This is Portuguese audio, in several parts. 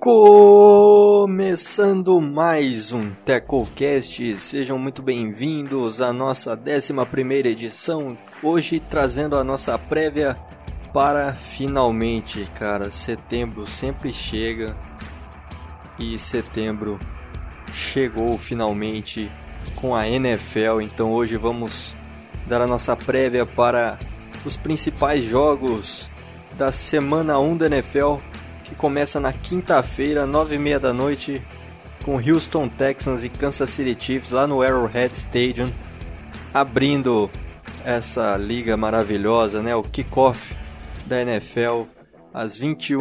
Começando mais um TecoCast, sejam muito bem-vindos à nossa 11ª edição, hoje trazendo a nossa prévia para finalmente, cara, setembro sempre chega e setembro chegou finalmente com a NFL, então hoje vamos dar a nossa prévia para os principais jogos da semana 1 da NFL, que começa na quinta-feira, 9h30 da noite, com Houston Texans e Kansas City Chiefs lá no Arrowhead Stadium, abrindo essa liga maravilhosa, né? O kickoff da NFL às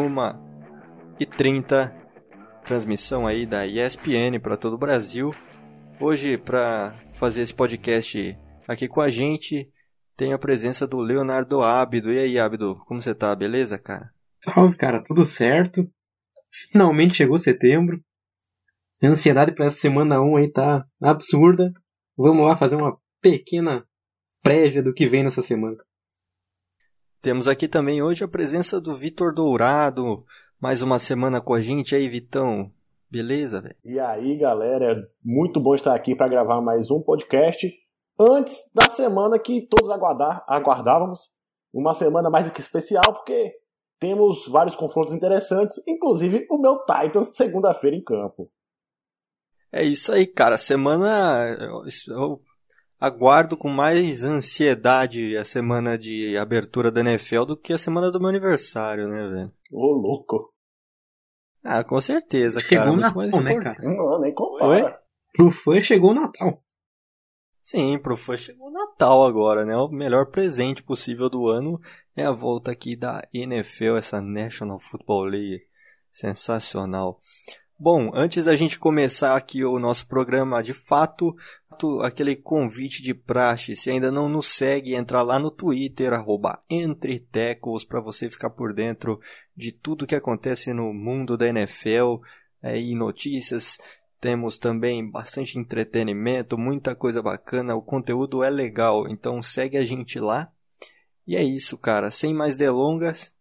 21h30, transmissão aí da ESPN para todo o Brasil. Hoje, para fazer esse podcast aqui com a gente, tem a presença do Leonardo Ábido. E aí, Ábido, como você tá? Beleza, cara? Salve, cara, tudo certo. Finalmente chegou setembro. A ansiedade para essa semana 1 aí tá absurda. Vamos lá fazer uma pequena prévia do que vem nessa semana. Temos aqui também hoje a presença do Vitor Dourado. Mais uma semana com a gente aí, Vitão. Beleza, velho? E aí, galera, é muito bom estar aqui para gravar mais um podcast antes da semana que todos aguardávamos. Uma semana mais do que especial, porque temos vários confrontos interessantes, inclusive o meu Titans segunda-feira em campo. É isso aí, cara. Semana... Eu aguardo com mais ansiedade a semana de abertura da NFL do que a semana do meu aniversário, né, velho? Ô, louco. Ah, com certeza, chegou cara. O Natal, né, cara? Não, nem compara. Oi? Pro fã chegou o Natal. Sim, pro fã chegou o Natal agora, né? O melhor presente possível do ano é a volta aqui da NFL, essa National Football League. Sensacional. Bom, antes da gente começar aqui o nosso programa de fato, aquele convite de praxe, se ainda não nos segue, entra lá no Twitter, @entretecos, para você ficar por dentro de tudo que acontece no mundo da NFL, e notícias. Temos também bastante entretenimento, muita coisa bacana, o conteúdo é legal, então segue a gente lá. E é isso, cara, sem mais delongas.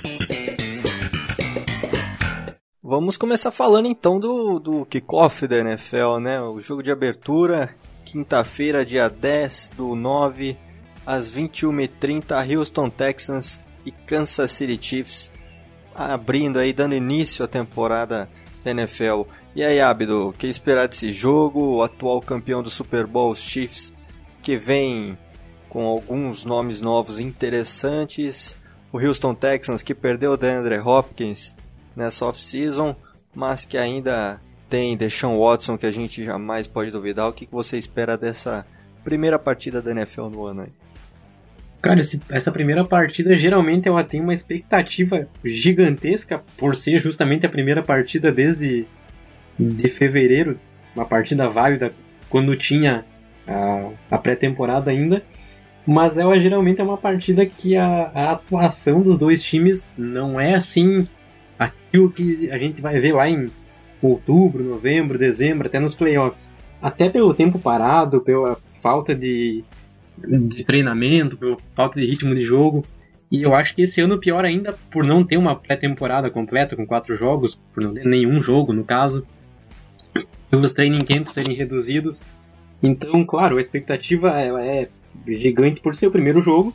Vamos começar falando então do kickoff da NFL, né? O jogo de abertura, quinta-feira, dia 10/9, às 21h30, Houston Texans e Kansas City Chiefs, abrindo aí, dando início à temporada da NFL. E aí, Ábido, o que esperar desse jogo? O atual campeão do Super Bowl, os Chiefs, que vem com alguns nomes novos interessantes. O Houston Texans, que perdeu o DeAndre Hopkins nessa off-season, mas que ainda tem Deshaun Watson, que a gente jamais pode duvidar. O que você espera dessa primeira partida da NFL no ano aí? Cara, essa primeira partida, geralmente ela tem uma expectativa gigantesca, por ser justamente a primeira partida desde de fevereiro, uma partida válida quando tinha a pré-temporada ainda, mas ela geralmente é uma partida que a atuação dos dois times não é assim aquilo que a gente vai ver lá em outubro, novembro, dezembro, até nos playoffs. Até pelo tempo parado, pela falta de treinamento, pela falta de ritmo de jogo. E eu acho que esse ano pior ainda por não ter uma pré-temporada completa com 4 jogos, por não ter nenhum jogo no caso, pelos training camps serem reduzidos. Então, claro, a expectativa ela é gigante por ser o primeiro jogo,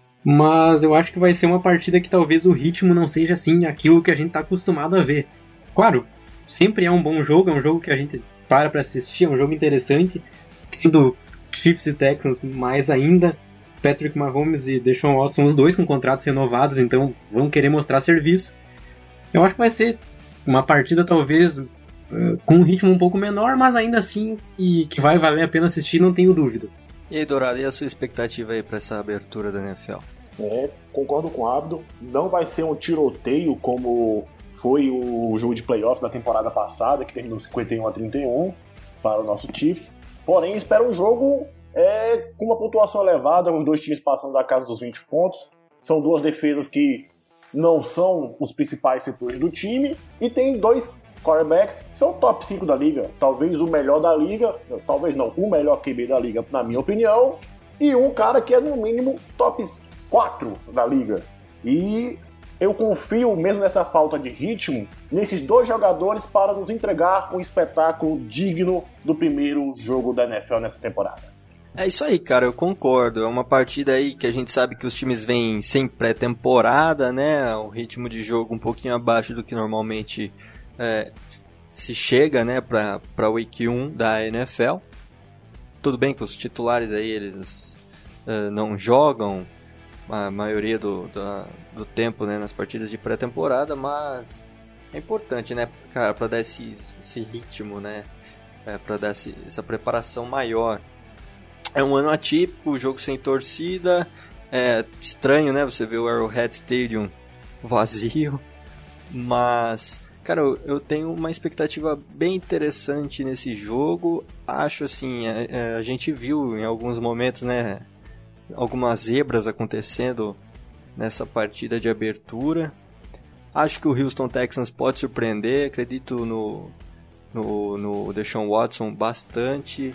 mas eu acho que vai ser uma partida que talvez o ritmo não seja assim aquilo que a gente está acostumado a ver. Claro, sempre é um bom jogo, é um jogo que a gente para assistir, é um jogo interessante, tendo Chiefs e Texans mais ainda, Patrick Mahomes e Deshaun Watson, os dois com contratos renovados, então vão querer mostrar serviço. Eu acho que vai ser uma partida talvez com um ritmo um pouco menor, mas ainda assim que vai valer a pena assistir, não tenho dúvidas. E aí, Dourado, e a sua expectativa aí para essa abertura da NFL? Concordo com o Ábido, não vai ser um tiroteio como foi o jogo de playoff da temporada passada, que terminou 51-31 para o nosso Chiefs, porém espero um jogo com uma pontuação elevada, os dois times passando da casa dos 20 pontos, são duas defesas que não são os principais setores do time, e tem dois quarterbacks que são top 5 da liga, talvez o melhor da liga, talvez não, o melhor QB da liga, na minha opinião, e um cara que é no mínimo top 4 da liga. E eu confio, mesmo nessa falta de ritmo, nesses 2 jogadores para nos entregar um espetáculo digno do primeiro jogo da NFL nessa temporada. É isso aí, cara, eu concordo. É uma partida aí que a gente sabe que os times vêm sem pré-temporada, né? O ritmo de jogo um pouquinho abaixo do que normalmente se chega, né, para Week 1 da NFL. Tudo bem que os titulares aí, eles não jogam a maioria do tempo, né, nas partidas de pré-temporada, mas é importante, né, cara, para dar esse ritmo, né, para dar essa preparação maior. É um ano atípico, jogo sem torcida, é estranho, né, você vê o Arrowhead Stadium vazio, mas, cara, eu tenho uma expectativa bem interessante nesse jogo. Acho assim, a gente viu em alguns momentos, né, algumas zebras acontecendo nessa partida de abertura. Acho que o Houston Texans pode surpreender, acredito no Deshaun Watson bastante.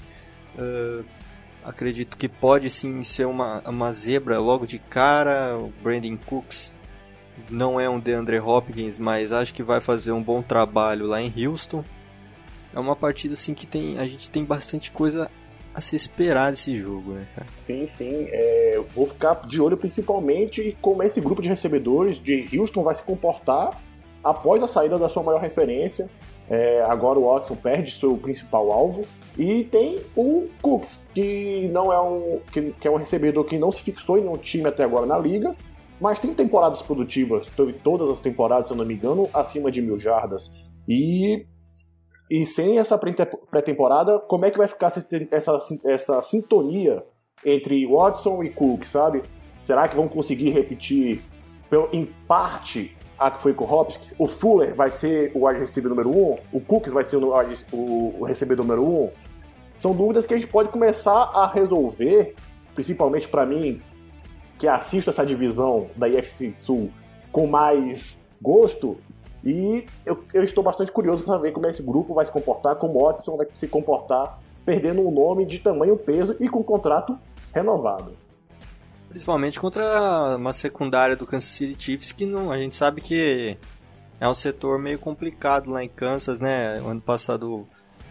Acredito que pode sim ser uma zebra logo de cara. O Brandon Cooks não é um DeAndre Hopkins, mas acho que vai fazer um bom trabalho lá em Houston. É uma partida assim que a gente tem bastante coisa a se esperar desse jogo, né, cara? Sim. Eu vou ficar de olho principalmente como esse grupo de recebedores de Houston vai se comportar após a saída da sua maior referência. Agora o Watson perde seu principal alvo. E tem o Cooks, que não é um recebedor que não se fixou em nenhum time até agora na liga, mas tem temporadas produtivas, todas as temporadas, se eu não me engano, acima de 1.000 jardas. E sem essa pré-temporada, como é que vai ficar essa sintonia entre Watson e Cook, sabe? Será que vão conseguir repetir, em parte, a que foi com o Hopkins? O Fuller vai ser o wide receiver número 1? O Cooks vai ser o recebedor número 1? São dúvidas que a gente pode começar a resolver, principalmente para mim, que assisto essa divisão da NFC Sul com mais gosto, e eu estou bastante curioso para ver como esse grupo vai se comportar, como o Watson vai se comportar, perdendo um nome de tamanho peso e com contrato renovado. Principalmente contra uma secundária do Kansas City Chiefs, que a gente sabe que é um setor meio complicado lá em Kansas, né? O ano passado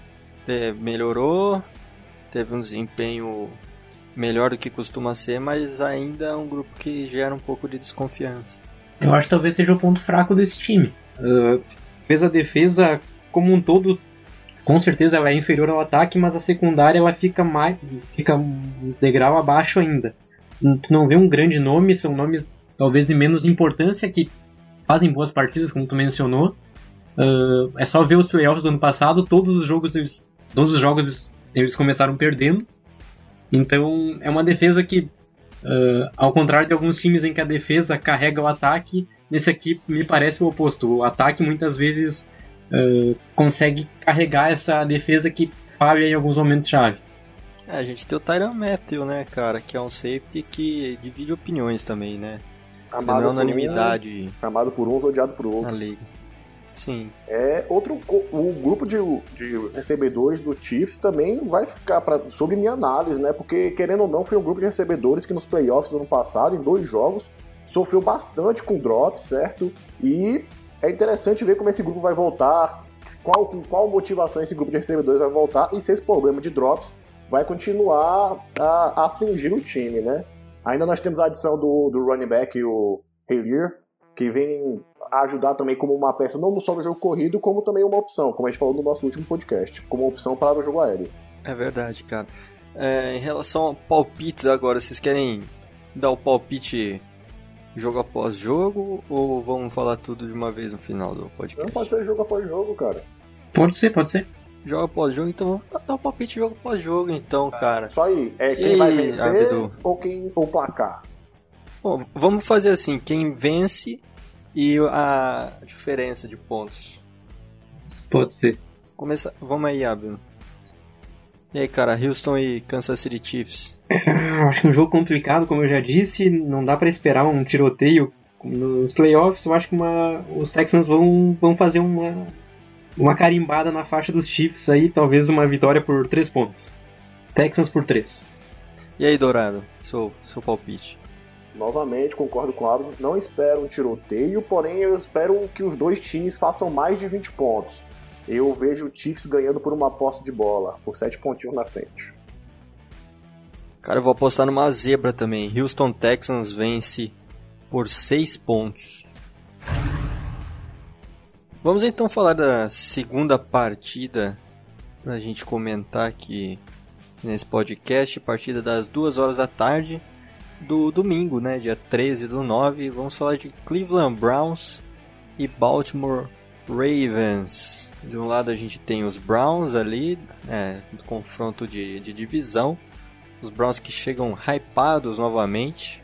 melhorou, teve um desempenho melhor do que costuma ser, mas ainda é um grupo que gera um pouco de desconfiança. Eu acho que talvez seja o ponto fraco desse time. A defesa como um todo, com certeza ela é inferior ao ataque, mas a secundária ela fica um degrau abaixo ainda. Tu não vê um grande nome, são nomes talvez de menos importância que fazem boas partidas, como tu mencionou. É só ver os playoffs do ano passado, todos os jogos eles começaram perdendo. Então é uma defesa que, ao contrário de alguns times em que a defesa carrega o ataque, nesse aqui me parece o oposto. O ataque muitas vezes consegue carregar essa defesa que falha em alguns momentos-chave. A gente tem o Tyrann Mathieu, né, cara, que é um safety que divide opiniões também, né? Não é unanimidade. Amado por uns, odiado por outros. Na liga. Sim. O grupo de recebedores do Chiefs também vai ficar sob minha análise, né? Porque, querendo ou não, foi um grupo de recebedores que nos playoffs do ano passado, em 2 jogos, sofreu bastante com drops, certo? E é interessante ver como esse grupo vai voltar, com qual motivação esse grupo de recebedores vai voltar e se esse problema de drops vai continuar a afligir o time, né? Ainda nós temos a adição do running back, o Hillier, que vem ajudar também como uma peça, não só no jogo corrido, como também uma opção, como a gente falou no nosso último podcast, como uma opção para o jogo aéreo. É verdade, cara. Em relação a palpites agora, vocês querem dar o palpite jogo após jogo ou vamos falar tudo de uma vez no final do podcast? Não pode ser jogo após jogo, cara. Pode ser. Jogo após jogo, então vamos dar o palpite jogo após jogo, então, cara. Só aí, quem vai vencer ou o placar? Bom, vamos fazer assim, quem vence e a diferença de pontos. Pode ser. Vamos aí, Abel. E aí, cara, Houston e Kansas City Chiefs? Acho que é um jogo complicado, como eu já disse, não dá pra esperar um tiroteio nos playoffs. Eu acho que os Texans vão fazer uma carimbada na faixa dos Chiefs aí, talvez uma vitória por 3 pontos. Texans por 3. E aí, Dourado, seu palpite? novamente, concordo com o Abdo, não espero um tiroteio, porém eu espero que os dois times façam mais de 20 pontos. Eu vejo o Chiefs ganhando por uma posse de bola, por 7 pontinhos na frente. Cara, eu vou apostar numa zebra também. Houston Texans vence por 6 pontos. Vamos então falar da segunda partida pra gente comentar aqui nesse podcast. Partida das 2 horas da tarde do domingo, né? Dia 13/9. Vamos falar de Cleveland Browns e Baltimore Ravens. De um lado a gente tem os Browns ali, do confronto de divisão. Os Browns que chegam hypados novamente.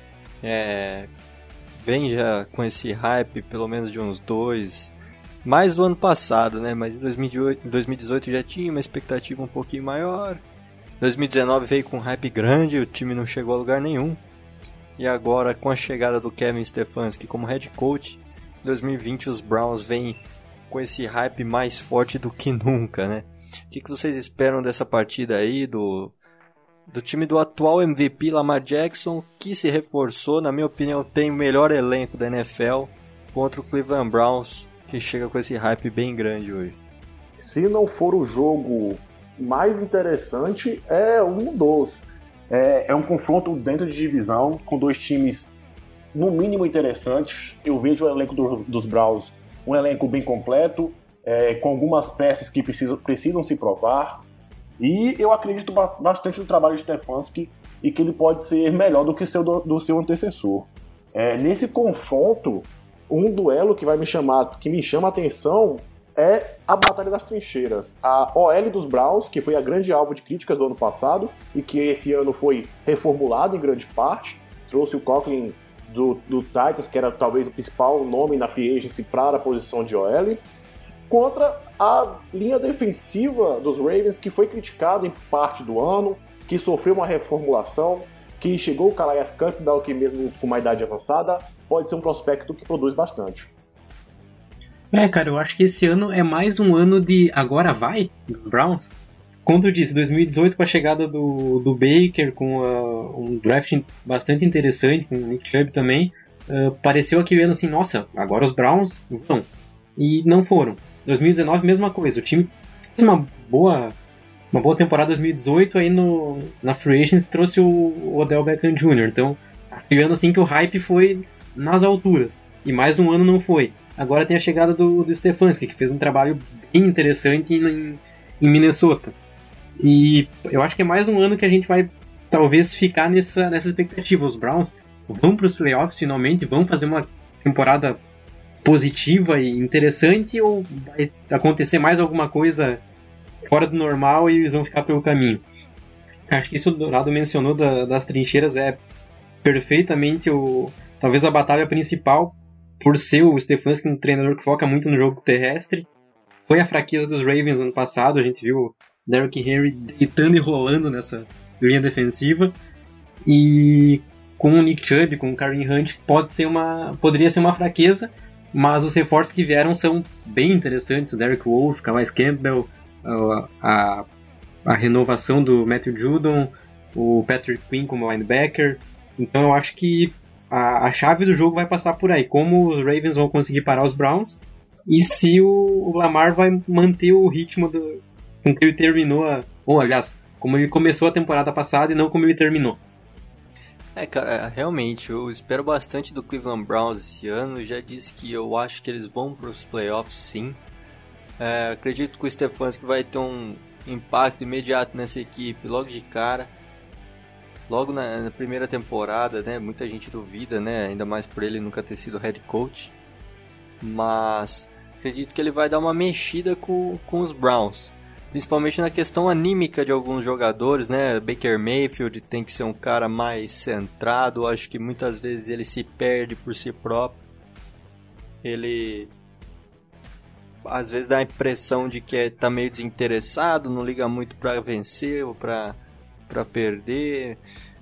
Vem já com esse hype pelo menos de uns 2, mais do ano passado, né? Mas em 2018 já tinha uma expectativa um pouquinho maior. 2019 veio com um hype grande, o time não chegou a lugar nenhum. E agora com a chegada do Kevin Stefanski como head coach, em 2020 os Browns vêm com esse hype mais forte do que nunca, né? O que vocês esperam dessa partida aí, do time do atual MVP Lamar Jackson, que se reforçou, na minha opinião, tem o melhor elenco da NFL, contra o Cleveland Browns, que chega com esse hype bem grande hoje? Se não for o jogo mais interessante, é um dos. É um confronto dentro de divisão, com dois times no mínimo interessantes. Eu vejo o elenco dos Browns um elenco bem completo, com algumas peças que precisam se provar. E eu acredito bastante no trabalho de Stefanski e que ele pode ser melhor do que do seu antecessor. Nesse confronto, um duelo que me chama a atenção é a Batalha das Trincheiras. A OL dos Browns, que foi a grande alvo de críticas do ano passado e que esse ano foi reformulado em grande parte, trouxe o Coughlin do Titans, que era talvez o principal nome na free agency para a posição de OL, contra a linha defensiva dos Ravens, que foi criticada em parte do ano, que sofreu uma reformulação, que chegou o Calais Campbell, que mesmo com uma idade avançada, pode ser um prospecto que produz bastante. Cara, eu acho que esse ano é mais um ano de agora vai, dos Browns. Como tu disse, 2018 com a chegada do Baker, com um draft bastante interessante, com o Nick Chubb também, pareceu aquele ano assim, nossa, agora os Browns vão. E não foram. 2019, mesma coisa. O time fez uma boa temporada 2018, aí na Free Agents trouxe o Odell Beckham Jr. Então, aquele ano assim que o hype foi nas alturas. E mais um ano não foi. Agora tem a chegada do Stefanski, que fez um trabalho bem interessante em Minnesota. E eu acho que é mais um ano que a gente vai talvez ficar nessa expectativa. Os Browns vão para os playoffs finalmente, vão fazer uma temporada positiva e interessante, ou vai acontecer mais alguma coisa fora do normal e eles vão ficar pelo caminho? Acho que isso o Dourado mencionou das trincheiras é perfeitamente talvez a batalha principal, por ser o Stefanski um treinador que foca muito no jogo terrestre. Foi a fraqueza dos Ravens ano passado, a gente viu o Derrick Henry deitando e rolando nessa linha defensiva, e com o Nick Chubb, com o Kareem Hunt, poderia ser uma fraqueza, mas os reforços que vieram são bem interessantes. O Derek Wolfe, Calais Campbell, a renovação do Matthew Judon, o Patrick Quinn como linebacker. Então eu acho que a chave do jogo vai passar por aí, como os Ravens vão conseguir parar os Browns e se o Lamar vai manter o ritmo com que ele terminou, ou aliás, como ele começou a temporada passada e não como ele terminou. Cara, realmente, eu espero bastante do Cleveland Browns esse ano. Já disse que eu acho que eles vão para os playoffs, sim. Acredito que o Stefanski vai ter um impacto imediato nessa equipe, logo de cara. Logo na primeira temporada, né? Muita gente duvida, né? Ainda mais por ele nunca ter sido head coach. Mas acredito que ele vai dar uma mexida com os Browns. Principalmente na questão anímica de alguns jogadores, né? Baker Mayfield tem que ser um cara mais centrado. Acho que muitas vezes ele se perde por si próprio. Ele às vezes dá a impressão de que tá meio desinteressado, não liga muito para vencer ou para perder.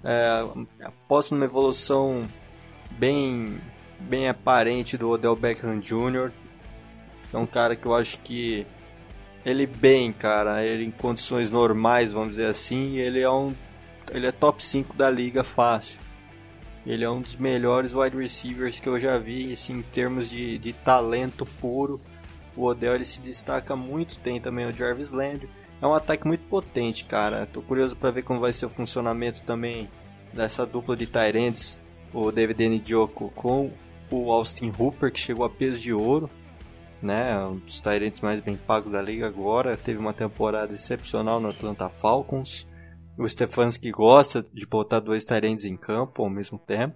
Aposto numa evolução bem aparente do Odell Beckham Jr. É um cara que eu acho que ele em condições normais, vamos dizer assim, ele é top 5 da liga fácil. Ele é um dos melhores wide receivers que eu já vi, assim, em termos de talento puro. O Odell ele se destaca muito, tem também o Jarvis Landry. É um ataque muito potente, cara. Tô curioso para ver como vai ser o funcionamento também dessa dupla de tight ends, o David Njoku com o Austin Hooper, que chegou a peso de ouro, né? Um dos tight ends mais bem pagos da liga agora. Teve uma temporada excepcional no Atlanta Falcons. O Stefanski gosta de botar 2 tight ends em campo ao mesmo tempo.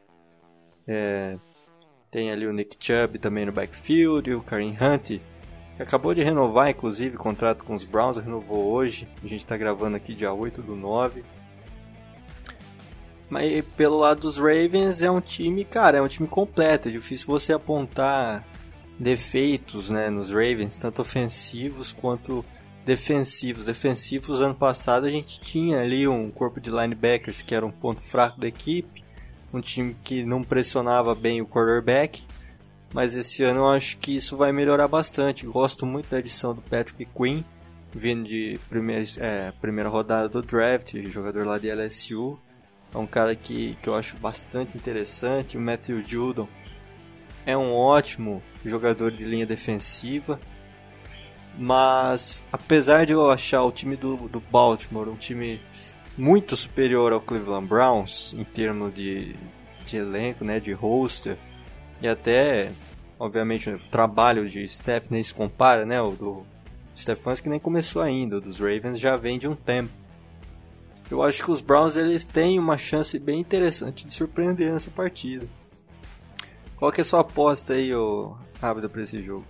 Tem ali o Nick Chubb também no backfield, e o Kareem Hunt, que acabou de renovar, inclusive, contrato com os Browns, renovou hoje. A gente está gravando aqui dia 8/9. Mas pelo lado dos Ravens é um time, cara, é um time completo. É difícil você apontar defeitos, né, nos Ravens, tanto ofensivos quanto defensivos. Defensivos, ano passado a gente tinha ali um corpo de linebackers que era um ponto fraco da equipe. Um time que não pressionava bem o quarterback, mas esse ano eu acho que isso vai melhorar bastante. Gosto muito da adição do Patrick Queen, vindo de primeira rodada do draft, jogador lá de LSU. É um cara que eu acho bastante interessante. O Matthew Judon é um ótimo jogador de linha defensiva, mas apesar de eu achar o time do Baltimore um time muito superior ao Cleveland Browns em termos de elenco, né, de roster, e até, obviamente, o trabalho de Steph nem se compara, né, o do Stefanski nem começou ainda, o dos Ravens já vem de um tempo. Eu acho que os Browns eles têm uma chance bem interessante de surpreender nessa partida. Qual que é a sua aposta aí, Rápido, para esse jogo?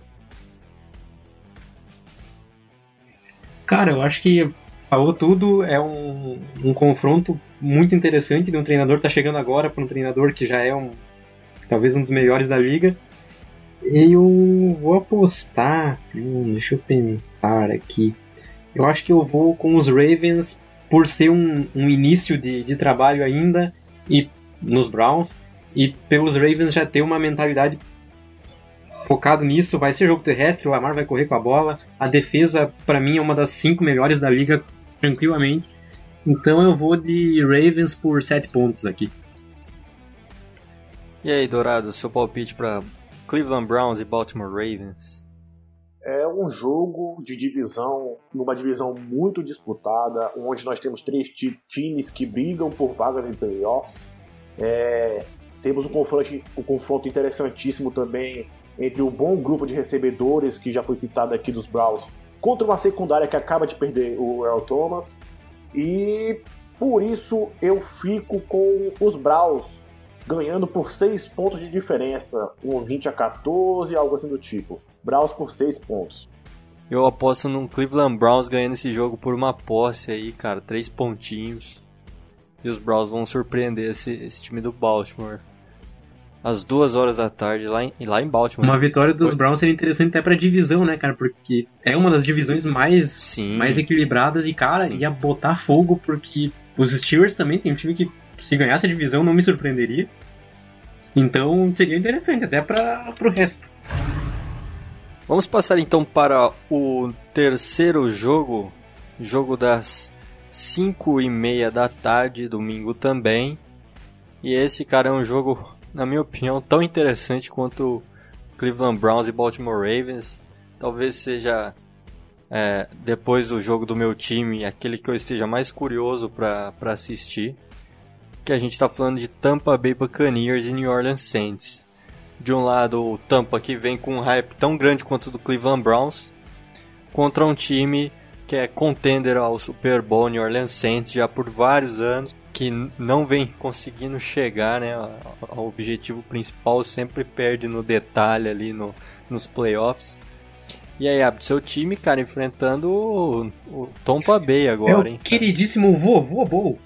Cara, eu acho que falou tudo, é um confronto muito interessante de um treinador que tá chegando agora para um treinador que já é talvez um dos melhores da liga. Eu vou apostar, deixa eu pensar aqui, eu acho que eu vou com os Ravens por ser um início de trabalho ainda e nos Browns, e pelos Ravens já ter uma mentalidade focado nisso. Vai ser jogo terrestre, o Lamar vai correr com a bola, a defesa para mim é uma das 5 melhores da liga tranquilamente, então eu vou de Ravens por 7 pontos aqui. E aí, Dourado, seu palpite para Cleveland Browns e Baltimore Ravens? É um jogo de divisão, numa divisão muito disputada, onde nós temos 3 times que brigam por vagas em playoffs. Temos um confronto interessantíssimo também entre um bom grupo de recebedores, que já foi citado aqui dos Browns, contra uma secundária que acaba de perder o Earl Thomas. E por isso eu fico com os Browns ganhando por 6 pontos de diferença, 20-14, algo assim do tipo. Browns por 6 pontos. Eu aposto num Cleveland Browns ganhando esse jogo por uma posse aí, cara, 3 pontinhos. E os Browns vão surpreender esse time do Baltimore. Às 2h da tarde, lá em Baltimore. Uma vitória dos Browns seria interessante até pra divisão, né, cara? Porque é uma das divisões mais equilibradas e, cara, ia botar fogo, porque os Steelers também tem um time que, se ganhasse a divisão, não me surpreenderia. Então, seria interessante até pro resto. Vamos passar então para o terceiro jogo das 5h30 da tarde, domingo também. E esse, cara, é um jogo, na minha opinião, tão interessante quanto Cleveland Browns e Baltimore Ravens. Talvez seja, depois do jogo do meu time, aquele que eu esteja mais curioso para assistir. Que a gente está falando de Tampa Bay Buccaneers e New Orleans Saints. De um lado, o Tampa, que vem com um hype tão grande quanto o do Cleveland Browns, contra um time que é contender ao Super Bowl, New Orleans Saints, já por vários anos, que não vem conseguindo chegar, né, ao objetivo principal, sempre perde no detalhe ali nos playoffs. E aí, Abdo, seu time, cara, enfrentando o Tampa Bay agora, hein? Queridíssimo Vovô Bowl.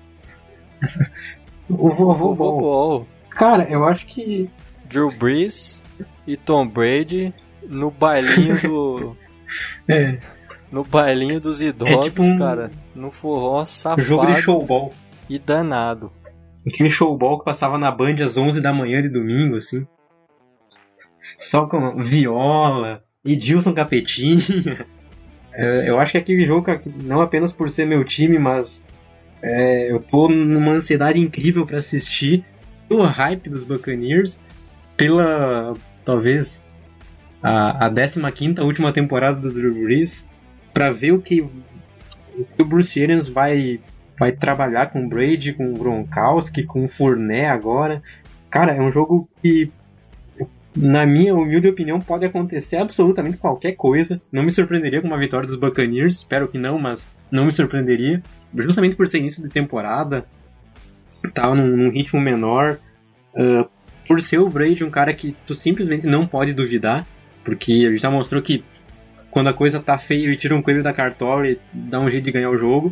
O Vovô Bowl. Cara, eu acho que Drew Brees e Tom Brady no bailinho do... No bailinho dos idosos, tipo cara. No forró safado. Jogo de showball. E danado. Aquele showball que passava na Band às 11 da manhã de domingo, assim. Só com viola, Edilson Capetinha. Eu acho que aquele jogo, não apenas por ser meu time, mas eu tô numa ansiedade incrível pra assistir. pelo hype dos Buccaneers, pela, talvez, a 15ª última temporada do Drew Brees, pra ver o que o Bruce Arians vai trabalhar com o Brady, com o Gronkowski, com o Fournette agora. Cara, é um jogo que, na minha humilde opinião, pode acontecer absolutamente qualquer coisa. Não me surpreenderia com uma vitória dos Buccaneers, espero que não, mas não me surpreenderia. Justamente por ser início de temporada, tá num ritmo menor, por ser o Brady um cara que tu simplesmente não pode duvidar, porque a gente já mostrou que quando a coisa tá feia, ele tira um coelho da cartola e dá um jeito de ganhar o jogo.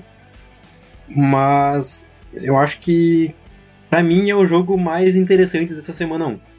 Mas eu acho que, pra mim, é o jogo mais interessante dessa semana 1.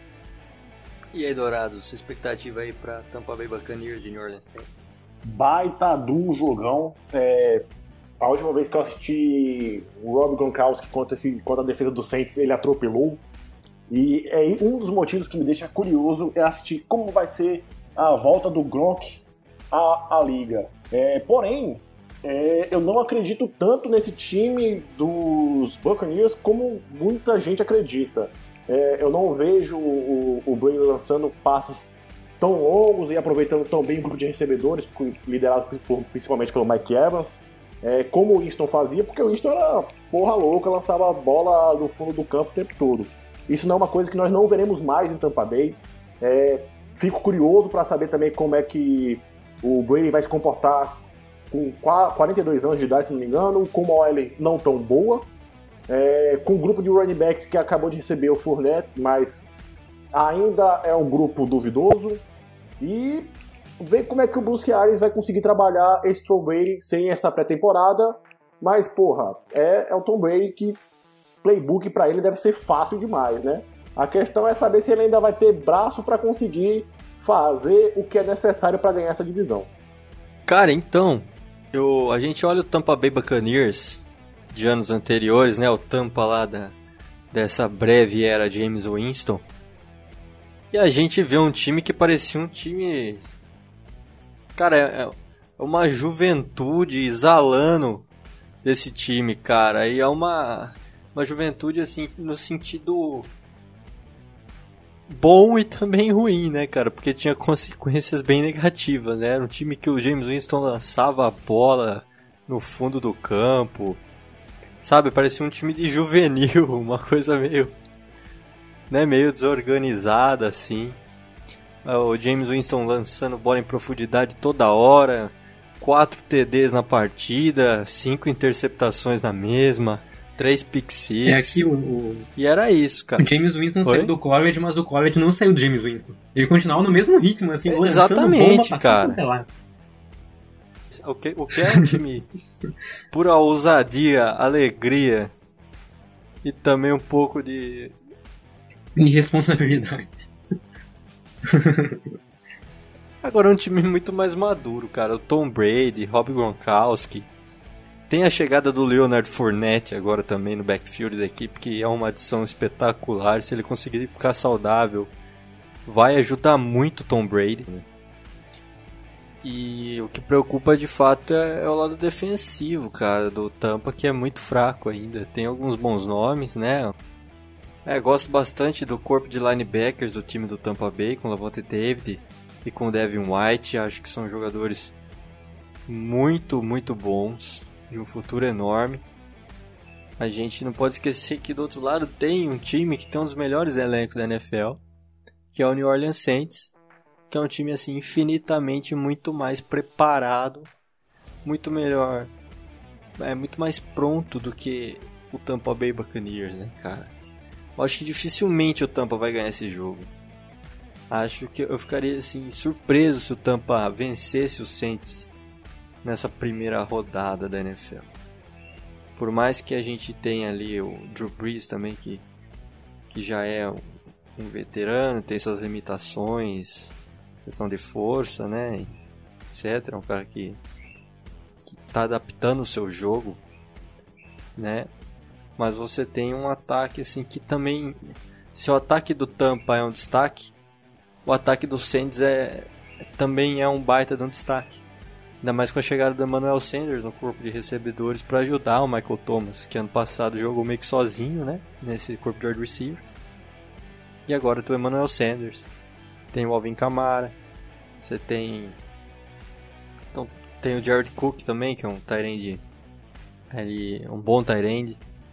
E aí, Dourado, sua expectativa aí pra Tampa Bay Buccaneers e New Orleans Saints? Baita do jogão. A última vez que eu assisti o Rob Gronkowski contra a defesa do Saints, ele atropelou. E um dos motivos que me deixa curioso é assistir como vai ser a volta do Gronk à liga. Porém, eu não acredito tanto nesse time dos Buccaneers como muita gente acredita. Eu não vejo o Brady lançando passes tão longos e aproveitando tão bem o grupo de recebedores, liderado principalmente pelo Mike Evans, como o Winston fazia, porque o Winston era porra louca, lançava a bola no fundo do campo o tempo todo. Isso não é uma coisa que nós não veremos mais em Tampa Bay. Fico curioso para saber também como é que o Brady vai se comportar com 42 anos de idade, se não me engano, com uma OL não tão boa, com um grupo de running backs que acabou de receber o Fournette, mas ainda é um grupo duvidoso, e ver como é que o Bruce Arians vai conseguir trabalhar esse Tom Brady sem essa pré-temporada. Mas, porra, é o Tom Brady, que playbook pra ele deve ser fácil demais, né? A questão é saber se ele ainda vai ter braço pra conseguir fazer o que é necessário pra ganhar essa divisão. Cara, então, a gente olha o Tampa Bay Buccaneers de anos anteriores, né? O Tampa lá dessa breve era James Winston. E a gente vê um time que parecia um time... Cara, é uma juventude exalando desse time, cara. E é uma juventude, assim, no sentido bom e também ruim, né, cara? Porque tinha consequências bem negativas, né? Era um time que o James Winston lançava a bola no fundo do campo, sabe? Parecia um time de juvenil, uma coisa meio desorganizada, assim. O James Winston lançando bola em profundidade toda hora, 4 TDs na partida, 5 interceptações na mesma, 3 pick six. Aqui e era isso, cara. O James Winston saiu do college, mas o college não saiu do James Winston. Ele continuava no mesmo ritmo, assim, exatamente, bomba, cara. O que é um time pura ousadia, alegria e também um pouco de irresponsabilidade. Agora é um time muito mais maduro, cara. O Tom Brady, Rob Gronkowski. Tem a chegada do Leonard Fournette agora também no backfield da equipe, que é uma adição espetacular. Se ele conseguir ficar saudável, vai ajudar muito o Tom Brady, né? E o que preocupa de fato é o lado defensivo, cara, do Tampa, que é muito fraco ainda. Tem alguns bons nomes, né? Gosto bastante do corpo de linebackers do time do Tampa Bay, com Lavonte David e com Devin White. Acho que são jogadores muito, muito bons, de um futuro enorme. A gente não pode esquecer que do outro lado tem um time que tem um dos melhores elencos da NFL, que é o New Orleans Saints, que é um time assim infinitamente muito mais preparado, muito melhor, muito mais pronto do que o Tampa Bay Buccaneers, né, cara? Eu acho que dificilmente o Tampa vai ganhar esse jogo. Acho que eu ficaria assim surpreso se o Tampa vencesse o Saints nessa primeira rodada da NFL. Por mais que a gente tenha ali o Drew Brees também, que já é um veterano, tem suas limitações, questão de força, né, etc. É um cara que tá adaptando o seu jogo, né? Mas você tem um ataque assim que também, se o ataque do Tampa é um destaque, o ataque do Saints também é um baita de um destaque. Ainda mais com a chegada do Emmanuel Sanders no corpo de recebedores para ajudar o Michael Thomas, que ano passado jogou meio que sozinho, né? Nesse corpo de wide receivers. E agora tem o Emmanuel Sanders. Tem o Alvin Kamara. Você tem... Então, tem o Jared Cook também, que é um tight end. Um bom tight end.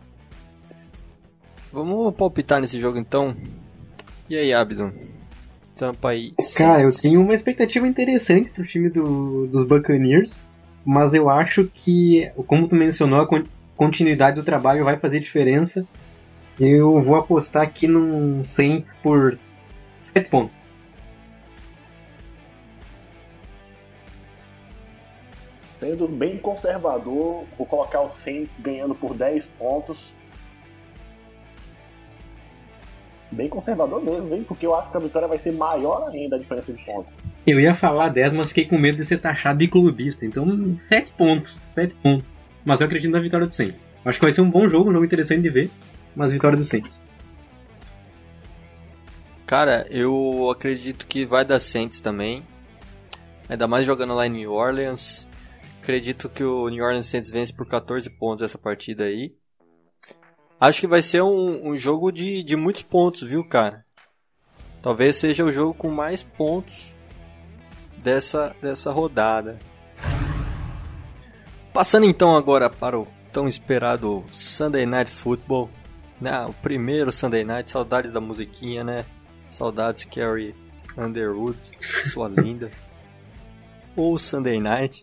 Vamos palpitar nesse jogo então. E aí, Abdon? Tampa aí. Cara, eu tenho uma expectativa interessante pro time dos Buccaneers, mas eu acho que, como tu mencionou, a continuidade do trabalho vai fazer diferença. Eu vou apostar aqui num Saints por 7 pontos. Sendo bem conservador, vou colocar o Saints ganhando por 10 pontos. Bem conservador mesmo, hein? Porque eu acho que a vitória vai ser maior ainda, a diferença de pontos. Eu ia falar 10, mas fiquei com medo de ser taxado de clubista. Então, 7 pontos. Mas eu acredito na vitória do Saints. Acho que vai ser um bom jogo, um jogo interessante de ver, mas vitória do Saints. Cara, eu acredito que vai dar Saints também. Ainda mais jogando lá em New Orleans. Acredito que o New Orleans Saints vence por 14 pontos essa partida aí. Acho que vai ser um jogo de muitos pontos, viu, cara? Talvez seja o jogo com mais pontos dessa rodada. Passando então agora para o tão esperado Sunday Night Football. O primeiro Sunday Night, saudades da musiquinha, né? Saudades Carrie Underwood, sua linda. Ou Sunday Night.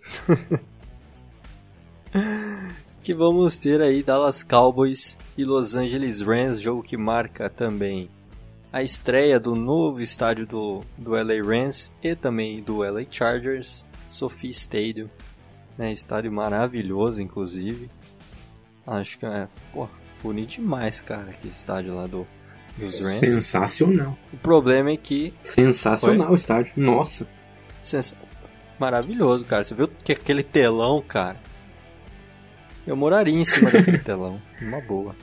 Que vamos ter aí Dallas Cowboys e Los Angeles Rams, jogo que marca também a estreia do novo estádio do LA Rams e também do LA Chargers, SoFi Stadium, né? Estádio maravilhoso, inclusive. Acho que é bonito demais, cara, aquele estádio lá dos Rams. Sensacional. O problema é que... Sensacional o estádio, nossa. Maravilhoso, cara. Você viu que aquele telão, cara? Eu moraria em cima daquele telão. Uma boa.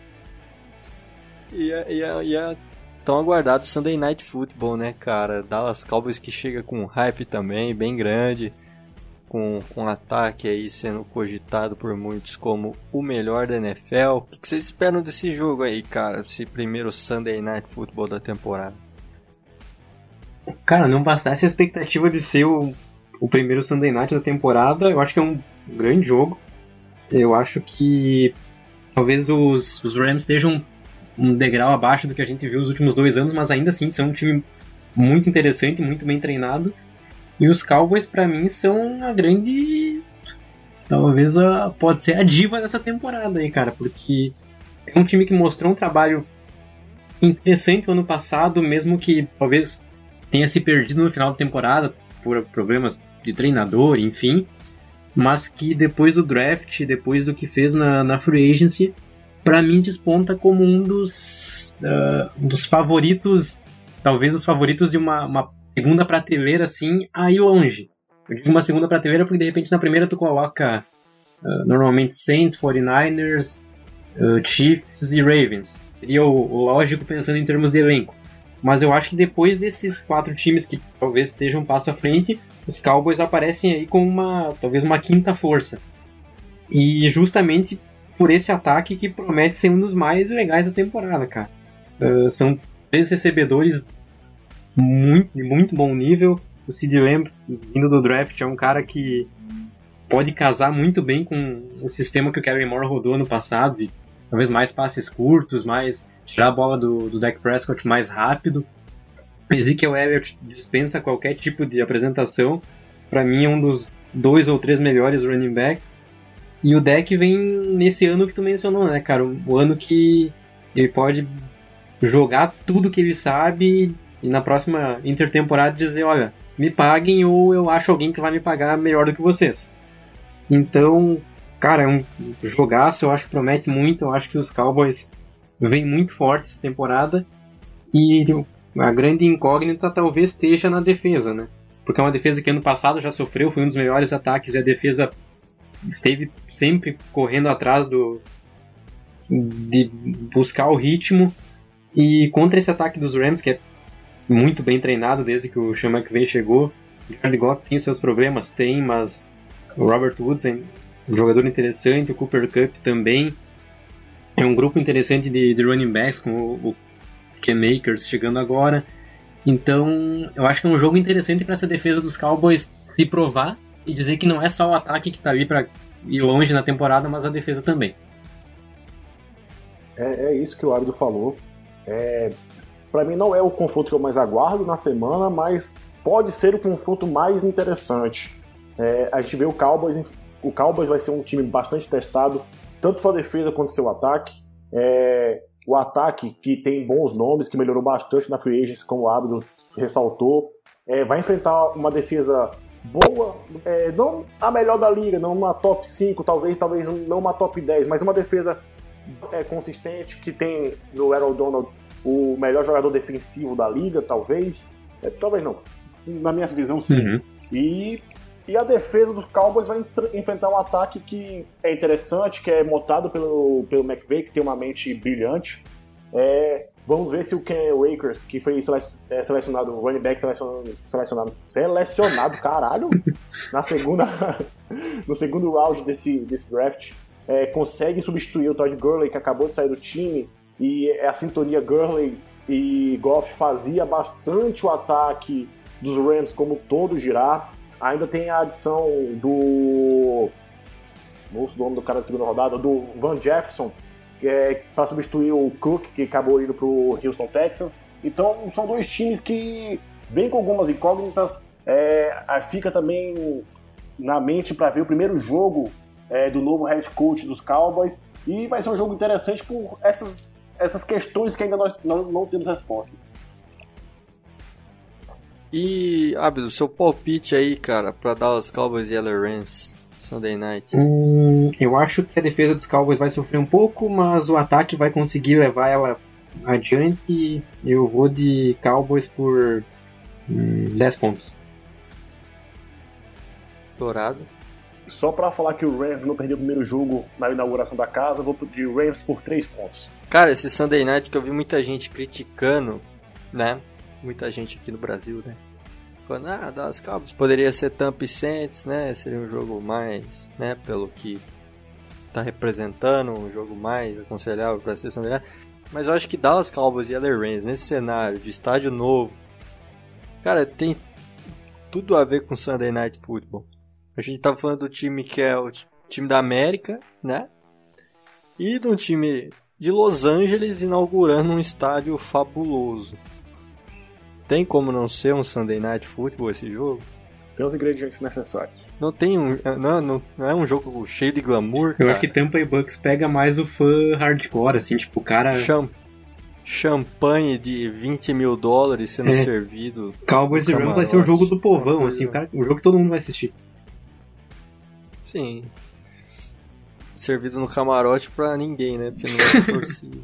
E a tão aguardado Sunday Night Football, né, cara? Dallas Cowboys que chega com hype também, bem grande. Com um ataque aí sendo cogitado por muitos como o melhor da NFL. O que vocês esperam desse jogo aí, cara? Esse primeiro Sunday Night Football da temporada. Cara, não bastasse a expectativa de ser o primeiro Sunday Night da temporada, eu acho que é um grande jogo. Eu acho que talvez os Rams estejam um degrau abaixo do que a gente viu nos últimos 2 anos, mas ainda assim são um time muito interessante, muito bem treinado. E os Cowboys, pra mim, são a grande... Talvez pode ser a diva dessa temporada aí, cara, porque é um time que mostrou um trabalho interessante no ano passado, mesmo que talvez tenha se perdido no final da temporada por problemas de treinador, enfim, mas que depois do draft, depois do que fez na Free Agency, pra mim desponta como um dos favoritos, talvez os favoritos de uma segunda prateleira, assim, aí longe. Eu digo uma segunda prateleira porque de repente na primeira tu coloca normalmente Saints, 49ers, Chiefs e Ravens. Seria o lógico pensando em termos de elenco. Mas eu acho que depois desses 4 times que talvez estejam um passo à frente, os Cowboys aparecem aí como talvez uma quinta força. E justamente por esse ataque que promete ser um dos mais legais da temporada, cara. São 3 recebedores de muito bom nível. O CeeDee Lamb, vindo do draft, é um cara que pode casar muito bem com o sistema que o Kellen Moore rodou no passado, e talvez mais passes curtos, mais tirar a bola do Dak Prescott mais rápido. Ezekiel Elliott dispensa qualquer tipo de apresentação. Para mim é um dos 2 ou 3 melhores running back. E o Dak vem nesse ano que tu mencionou, né, cara? O ano que ele pode jogar tudo que ele sabe e na próxima intertemporada dizer, olha, me paguem ou eu acho alguém que vai me pagar melhor do que vocês. Então, cara, é um jogaço, eu acho que promete muito. Eu acho que os Cowboys vêm muito forte essa temporada. E a grande incógnita talvez esteja na defesa, né? Porque é uma defesa que ano passado já sofreu, foi um dos melhores ataques e a defesa esteve sempre correndo atrás de buscar o ritmo. E contra esse ataque dos Rams, que é muito bem treinado desde que o Sean McVay chegou, Jared Goff tem os seus problemas? Tem, mas o Robert Woods é um jogador interessante, o Cooper Kupp também. É um grupo interessante de running backs, com o Cam Akers chegando agora. Então, eu acho que é um jogo interessante para essa defesa dos Cowboys se provar e dizer que não é só o ataque que está ali para ir longe na temporada, mas a defesa também. É isso que o Abdo falou. Para mim não é o confronto que eu mais aguardo na semana, mas pode ser o confronto mais interessante. A gente vê o Cowboys vai ser um time bastante testado, tanto sua defesa quanto seu ataque. O ataque, que tem bons nomes, que melhorou bastante na free agency, como o Abdo ressaltou, vai enfrentar uma defesa boa, não a melhor da liga, não uma top 5, talvez não uma top 10, mas uma defesa consistente, que tem no Aaron Donald o melhor jogador defensivo da liga, talvez não, na minha visão sim. E a defesa dos Cowboys vai enfrentar um ataque que é interessante, que é montado pelo McVay, que tem uma mente brilhante. Vamos ver se o Cam Akers, que foi selecionado, o running back selecionado, caralho, no segundo round desse draft, consegue substituir o Todd Gurley, que acabou de sair do time, e a sintonia Gurley e Goff fazia bastante o ataque dos Rams como todo girar. Ainda tem a adição do nome do cara da segunda rodada, do Van Jefferson, para substituir o Cook, que acabou indo para o Houston Texans. Então são dois times que vêm com algumas incógnitas. Fica também na mente para ver o primeiro jogo do novo head coach dos Cowboys, e vai ser um jogo interessante por essas questões que ainda nós não temos respostas. E, Abdo, seu palpite aí, cara, pra Dallas Cowboys e LA Rams Sunday Night? Eu acho que a defesa dos Cowboys vai sofrer um pouco, mas o ataque vai conseguir levar ela adiante. Eu vou de Cowboys por 10 pontos. Dourado. Só pra falar que o Rams não perdeu o primeiro jogo na inauguração da casa, eu vou de Rams por 3 pontos. Cara, esse Sunday Night que eu vi muita gente criticando, né? Muita gente aqui no Brasil, né? Falando, Dallas Cowboys poderia ser Tampa e Saints, né? Seria um jogo mais, né? Pelo que tá representando, um jogo mais aconselhável para ser Sunday Night. Mas eu acho que Dallas Cowboys e LA Rams, nesse cenário de estádio novo, cara, tem tudo a ver com Sunday Night Football. A gente tá falando do time que é o time da América, né? E de um time de Los Angeles inaugurando um estádio fabuloso. Tem como não ser um Sunday Night Football esse jogo? Tem os ingredientes necessários. Não é um jogo cheio de glamour, cara. Eu acho que Tampa e Bucks pega mais o fã hardcore, assim, tipo, o cara... Champanhe de $20 mil sendo servido. Cowboys e Rams vai ser o jogo do povão, assim, o jogo que todo mundo vai assistir. Sim. Servido no camarote pra ninguém, né? Porque não vai ter torcida.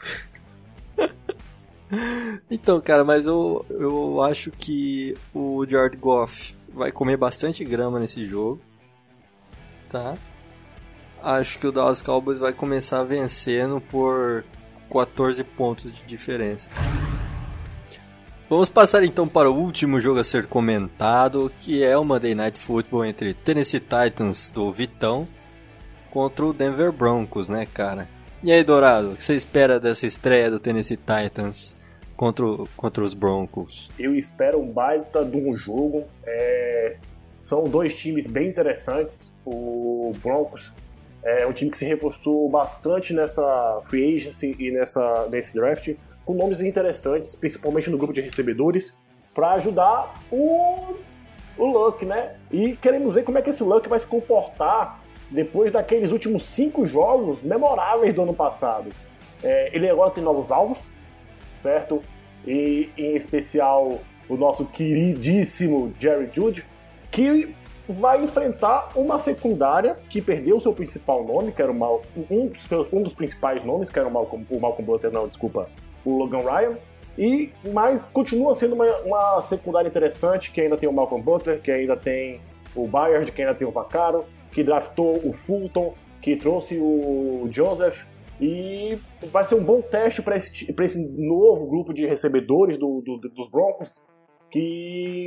Então, cara, mas eu acho que o Jared Goff vai comer bastante grama nesse jogo, tá? Acho que o Dallas Cowboys vai começar vencendo por 14 pontos de diferença. Vamos passar então para o último jogo a ser comentado, que é o Monday Night Football entre Tennessee Titans do Vitão contra o Denver Broncos, né, cara? E aí, Dourado, o que você espera dessa estreia do Tennessee Titans contra os Broncos? Eu espero um baita de um jogo. São dois times bem interessantes. O Broncos é um time que se reforçou bastante nessa free agency e nesse draft, com nomes interessantes, principalmente no grupo de recebedores, para ajudar o Luck, né? E queremos ver como é que esse Luck vai se comportar depois daqueles últimos 5 jogos memoráveis do ano passado. Ele agora tem novos alvos, certo? E em especial o nosso queridíssimo Jerry Jeudy, que vai enfrentar uma secundária que perdeu o seu principal nome, que era um dos principais nomes, que era o Malcolm Butler, o Logan Ryan, mas continua sendo uma secundária interessante, que ainda tem o Malcolm Butler, que ainda tem o Byard, que ainda tem o Vaccaro, que draftou o Fulton, que trouxe o Joseph, e vai ser um bom teste para esse novo grupo de recebedores dos Broncos, que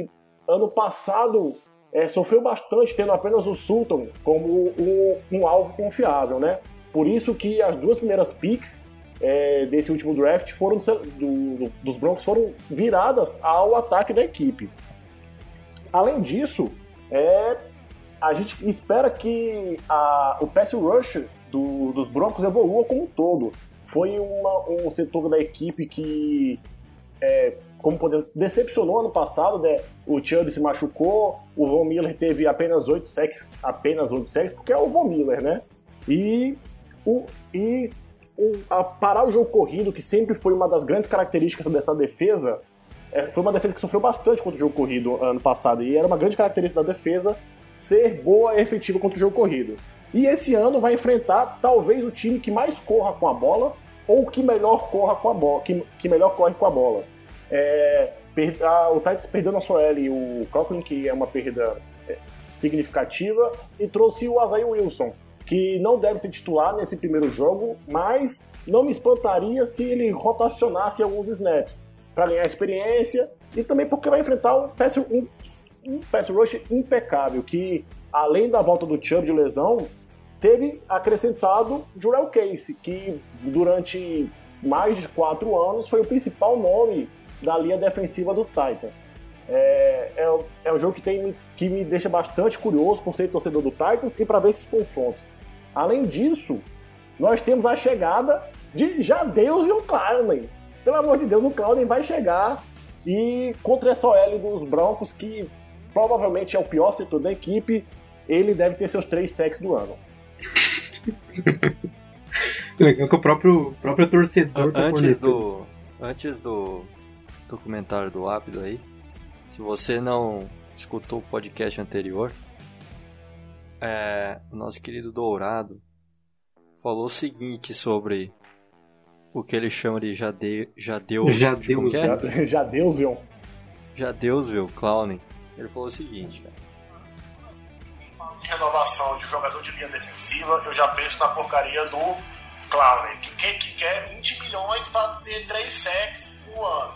ano passado sofreu bastante, tendo apenas o Sutton como um alvo confiável, né? Por isso que as 2 primeiras picks desse último draft dos Broncos foram viradas ao ataque da equipe. Além disso, a gente espera que o pass rush dos Broncos evolua como um todo. Foi um setor da equipe que, como podemos, decepcionou ano passado, né? O Chubb se machucou, o Von Miller teve apenas 8 sacks, porque é o Von Miller, né? Parar o jogo corrido, que sempre foi uma das grandes características dessa defesa, foi uma defesa que sofreu bastante contra o jogo corrido ano passado, e era uma grande característica da defesa ser boa e efetiva contra o jogo corrido. E esse ano vai enfrentar talvez o time que mais corra com a bola, ou que melhor corra com a bola, que melhor corre com a bola. O Titans perdeu na sua L o Conklin, que é uma perda significativa, e trouxe o Isaiah Wilson, que não deve ser titular nesse primeiro jogo, mas não me espantaria se ele rotacionasse alguns snaps para ganhar experiência, e também porque vai enfrentar um pass rush impecável, que além da volta do Chubb de lesão, teve acrescentado Jurel Casey, que durante mais de 4 anos foi o principal nome da linha defensiva dos Titans. É um jogo que me deixa bastante curioso por ser torcedor do Titans e para ver esses confrontos. Além disso, nós temos a chegada de Jadeveon Clowney. Pelo amor de Deus, o Clowney vai chegar, e contra essa OL dos Broncos, que provavelmente é o pior setor da equipe, ele deve ter seus 3 sacks do ano. Legal que o próprio torcedor Antes do comentário do Ápido aí, se você não escutou o podcast anterior, o nosso querido Dourado falou o seguinte sobre o que ele chama de Jadeveon Clowney. Ele falou o seguinte, cara: de renovação de jogador de linha defensiva, eu já penso na porcaria do Clowney, que quer 20 milhões para ter 3 sacks no ano.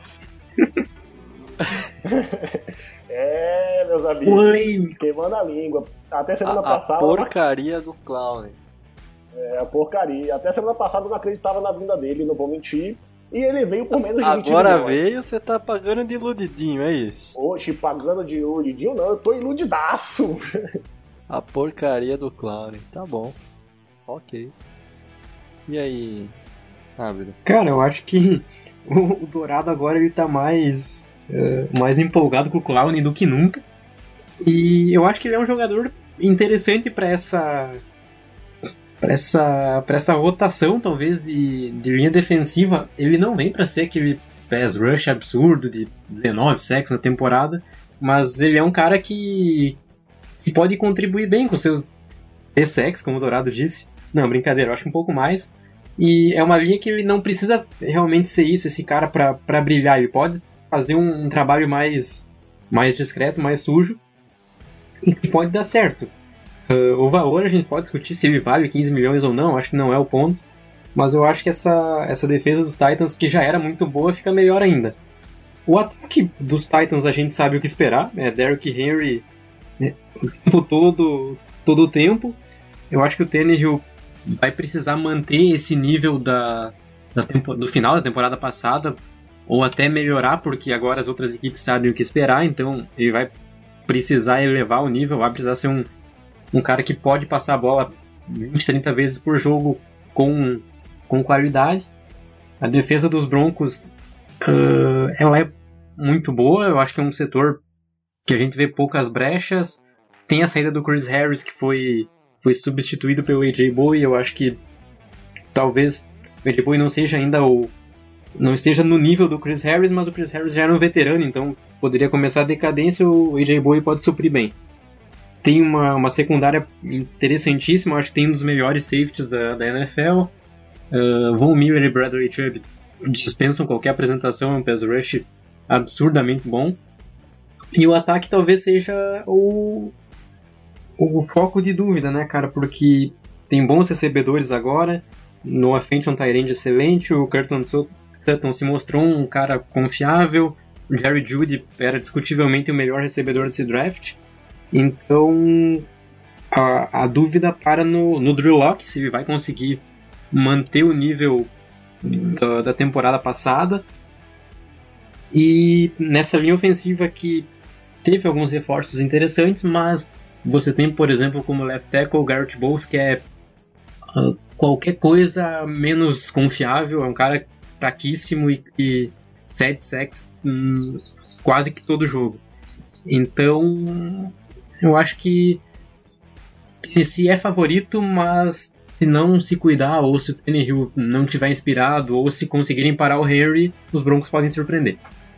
Meus amigos, queimando a língua. Até semana passada... A porcaria do Clowney. A porcaria. Até semana passada eu não acreditava na vinda dele, não vou mentir. E ele veio por menos de 20 Agora milhões. veio, você tá pagando de iludidinho, é isso? Oxe, pagando de iludidinho não, eu tô iludidaço. A porcaria do Clowney. Tá bom. Ok. E aí, Ávido? Cara, eu acho que o Dourado agora ele tá mais empolgado com o Clowney do que nunca. E eu acho que ele é um jogador interessante para essa rotação, talvez, de linha defensiva. Ele não vem para ser aquele pass rush absurdo de 19 sacks na temporada, mas ele é um cara que pode contribuir bem com seus 10 sacks, como o Dourado disse. Não, brincadeira, eu acho que um pouco mais. E é uma linha que ele não precisa realmente ser isso, esse cara para brilhar. Ele pode fazer um trabalho mais discreto, mais sujo, e que pode dar certo. O valor a gente pode discutir se ele vale 15 milhões ou não, acho que não é o ponto, mas eu acho que essa defesa dos Titans, que já era muito boa, fica melhor ainda. O ataque dos Titans a gente sabe o que esperar, Derrick Henry o tempo todo o tempo. Eu acho que o Tannehill vai precisar manter esse nível do final da temporada passada, ou até melhorar, porque agora as outras equipes sabem o que esperar, então ele vai precisar elevar o nível, vai precisar ser um cara que pode passar a bola 20, 30 vezes por jogo com qualidade. A defesa dos Broncos ela é muito boa, eu acho que é um setor que a gente vê poucas brechas. Tem a saída do Chris Harris, que foi substituído pelo AJ Bowie. Eu acho que talvez o AJ Bowie não seja ainda não esteja no nível do Chris Harris, mas o Chris Harris já era um veterano, então poderia começar a decadência, o AJ Bowie pode suprir bem. Tem uma secundária interessantíssima, acho que tem um dos melhores safeties da NFL. Von Miller e Bradley Chubb dispensam qualquer apresentação, é um pass rush absurdamente bom. E o ataque talvez seja o foco de dúvida, né, cara? Porque tem bons recebedores agora. Noah Fant é um tight end excelente. O Curtin Sutton se mostrou um cara confiável. Jerry Jeudy era discutivelmente o melhor recebedor desse draft. Então a dúvida para no Drew Lock, se ele vai conseguir manter o nível da temporada passada. E nessa linha ofensiva que teve alguns reforços interessantes, mas você tem, por exemplo, como left tackle, Garrett Bowles, que é qualquer coisa menos confiável, é um cara fraquíssimo e 7 sacks quase que todo jogo. Então, eu acho que Tennessee é favorito, mas se não se cuidar, ou se o Tannehill não estiver inspirado, ou se conseguirem parar o Henry, os Broncos podem surpreender.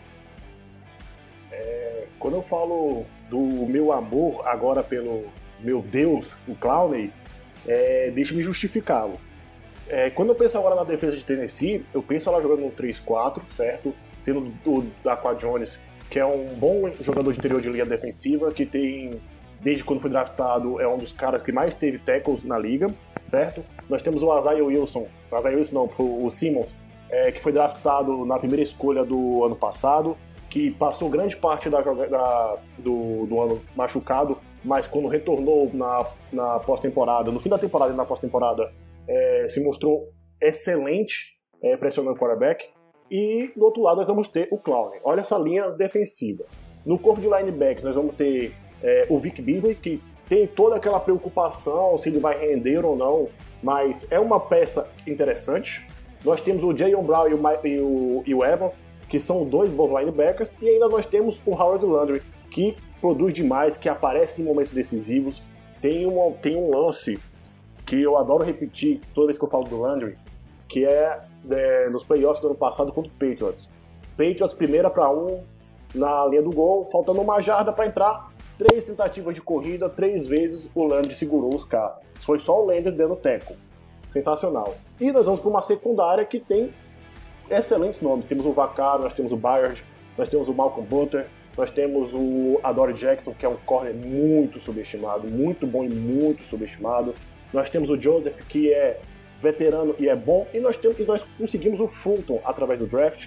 Quando eu falo do meu amor agora pelo meu Deus, o Clowney, deixa-me justificá-lo. Quando eu penso agora na defesa de Tennessee, eu penso ela jogando no 3-4, certo? Tendo o Daquan Jones, que é um bom jogador de interior de linha defensiva, que tem, desde quando foi draftado, é um dos caras que mais teve tackles na liga, certo? Nós temos o Isaiah Wilson, o Simmons, que foi draftado na primeira escolha do ano passado, que passou grande parte do ano machucado, mas quando retornou na pós-temporada, no fim da temporada e na pós-temporada, se mostrou excelente pressionando o quarterback. E do outro lado nós vamos ter o Clowney. Olha essa linha defensiva. No corpo de linebackers nós vamos ter o Vic Beasley, que tem toda aquela preocupação se ele vai render ou não, mas é uma peça interessante. Nós temos o Jayon Brown e o Evans, que são dois bons linebackers, e ainda nós temos o Howard Landry, que produz demais, que aparece em momentos decisivos. Tem um lance que eu adoro repetir toda vez que eu falo do Landry, que nos playoffs do ano passado contra o Patriots. Patriots, primeira para 1 na linha do gol, faltando uma jarda para entrar, 3 tentativas de corrida, 3 vezes o Landry segurou os caras. Foi só o Landry dando tackle. Sensacional. E nós vamos para uma secundária que tem excelentes nomes. Temos o Vaccaro, nós temos o Byard, nós temos o Malcolm Butler, nós temos o Adoree Jackson, que é um corner muito subestimado, muito bom e muito subestimado. Nós temos o Joseph, que é veterano e é bom, e nós conseguimos o Fulton através do draft,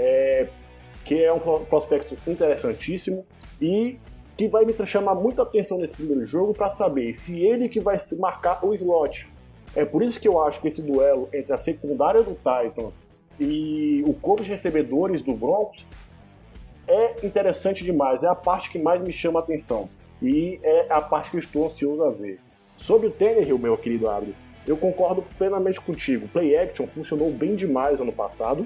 que é um prospecto interessantíssimo e que vai me chamar muita atenção nesse primeiro jogo para saber se ele que vai marcar o slot. É por isso que eu acho que esse duelo entre a secundária do Titans e o corpo de recebedores do Broncos é interessante demais, é a parte que mais me chama a atenção e é a parte que eu estou ansioso a ver. Sobre o Tannehill, meu querido Abdo, eu concordo plenamente contigo. O play action funcionou bem demais ano passado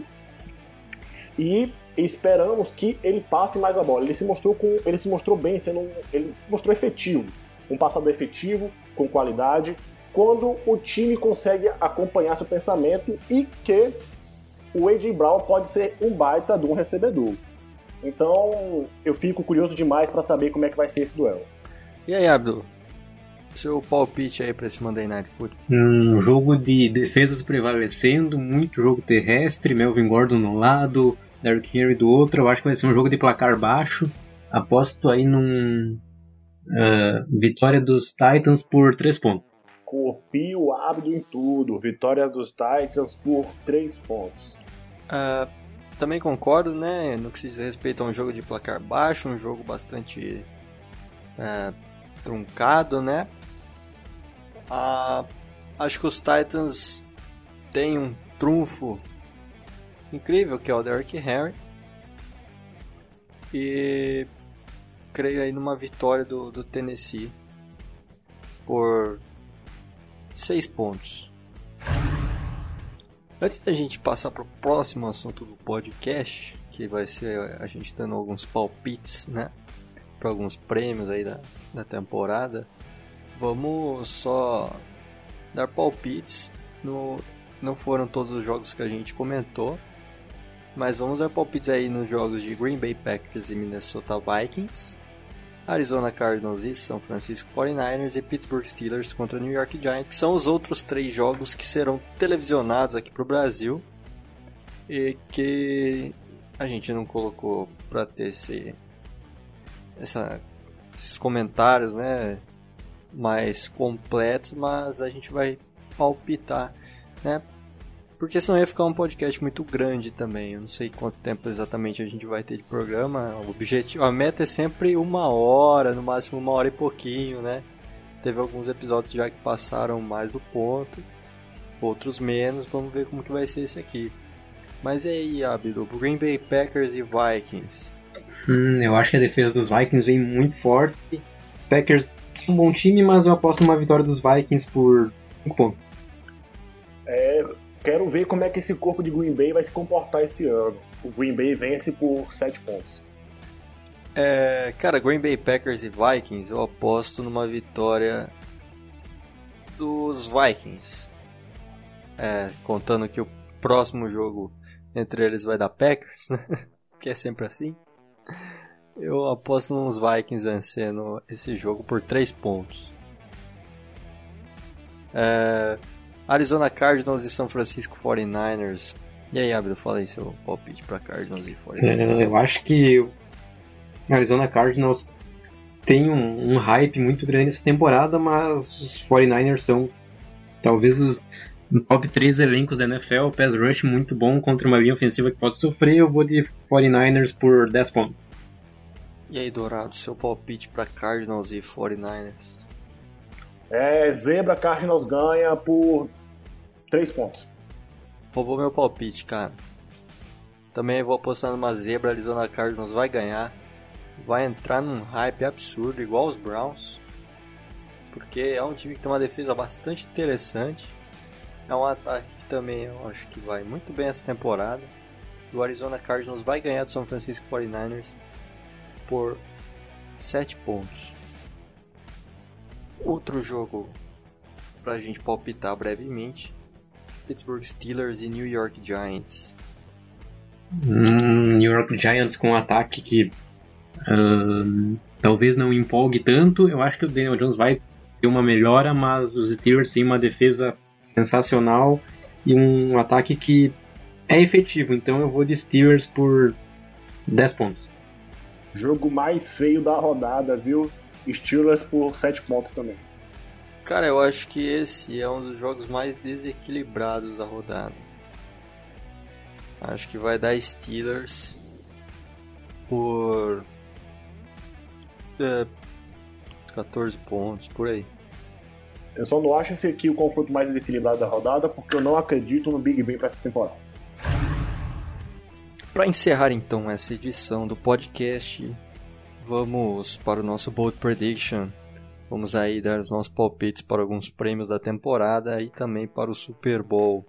e esperamos que ele passe mais a bola. Ele se mostrou bem, ele mostrou efetivo, um passador efetivo, com qualidade, quando o time consegue acompanhar seu pensamento e que o A.J. Brown pode ser um baita de um recebedor. Então eu fico curioso demais para saber como é que vai ser esse duelo. E aí, Abdu? Seu palpite aí para esse Monday Night Football? Um jogo de defesas prevalecendo, muito jogo terrestre, Melvin Gordon no lado, Derrick Henry do outro. Eu acho que vai ser um jogo de placar baixo. Aposto aí num vitória dos Titans por 3 pontos. Copio o Abdo em tudo. Vitória dos Titans por 3 pontos. Também concordo, né? No que se diz respeito a um jogo de placar baixo, um jogo bastante truncado, né? Acho que os Titans têm um trunfo incrível, que é o Derrick Henry. E creio aí numa vitória do Tennessee por 6 pontos. Antes da gente passar para o próximo assunto do podcast, que vai ser a gente dando alguns palpites, né, para alguns prêmios aí da temporada, vamos só dar palpites. Não foram todos os jogos que a gente comentou, mas vamos dar palpites aí nos jogos de Green Bay Packers e Minnesota Vikings, Arizona Cardinals e São Francisco 49ers e Pittsburgh Steelers contra New York Giants, que são os outros 3 jogos que serão televisionados aqui pro Brasil e que a gente não colocou para ter esses comentários, né, mais completos, mas a gente vai palpitar, né, Porque senão ia ficar um podcast muito grande também. Eu não sei quanto tempo exatamente a gente vai ter de programa. O objetivo, a meta é sempre 1 hora, no máximo 1 hora e pouquinho, né? Teve alguns episódios já que passaram mais do ponto, outros menos. Vamos ver como que vai ser esse aqui. Mas e aí, Abdu? Green Bay Packers e Vikings? Eu acho que a defesa dos Vikings vem muito forte. Os Packers são um bom time, mas eu aposto numa vitória dos Vikings por 5 pontos. Quero ver como é que esse corpo de Green Bay vai se comportar esse ano. O Green Bay vence por 7 pontos. Cara, Green Bay Packers e Vikings, eu aposto numa vitória dos Vikings. Contando que o próximo jogo entre eles vai dar Packers, né? Que é sempre assim. Eu aposto nos Vikings vencendo esse jogo por 3 pontos. Arizona Cardinals e São Francisco 49ers. E aí, Abel, fala aí seu palpite para Cardinals e 49ers. Eu acho que o Arizona Cardinals tem um hype muito grande essa temporada, mas os 49ers são talvez os top 3 elencos da NFL, pass rush muito bom contra uma linha ofensiva que pode sofrer. Eu vou de 49ers por 10 pontos. E aí, Dourado, seu palpite para Cardinals e 49ers? Zebra, Cardinals ganha por 3 pontos. Roubou meu palpite, cara. Também vou apostar numa zebra. Arizona Cardinals vai ganhar. Vai entrar num hype absurdo, igual os Browns. Porque é um time que tem uma defesa bastante interessante. É um ataque que também eu acho que vai muito bem essa temporada. O Arizona Cardinals vai ganhar do São Francisco 49ers por 7 pontos. Outro jogo pra gente palpitar brevemente: Pittsburgh Steelers e New York Giants. New York Giants com um ataque que talvez não empolgue tanto. Eu acho que o Daniel Jones vai ter uma melhora, mas os Steelers têm uma defesa sensacional e um ataque que é efetivo. Então eu vou de Steelers por 10 pontos. Jogo mais feio da rodada, viu? Steelers por 7 pontos também. Cara, eu acho que esse é um dos jogos mais desequilibrados da rodada. Acho que vai dar Steelers por 14 pontos, por aí. Eu só não acho esse aqui o confronto mais desequilibrado da rodada, porque eu não acredito no Big Ben para essa temporada. Para encerrar então essa edição do podcast, vamos para o nosso Bold Prediction. Vamos aí dar os nossos palpites para alguns prêmios da temporada e também para o Super Bowl.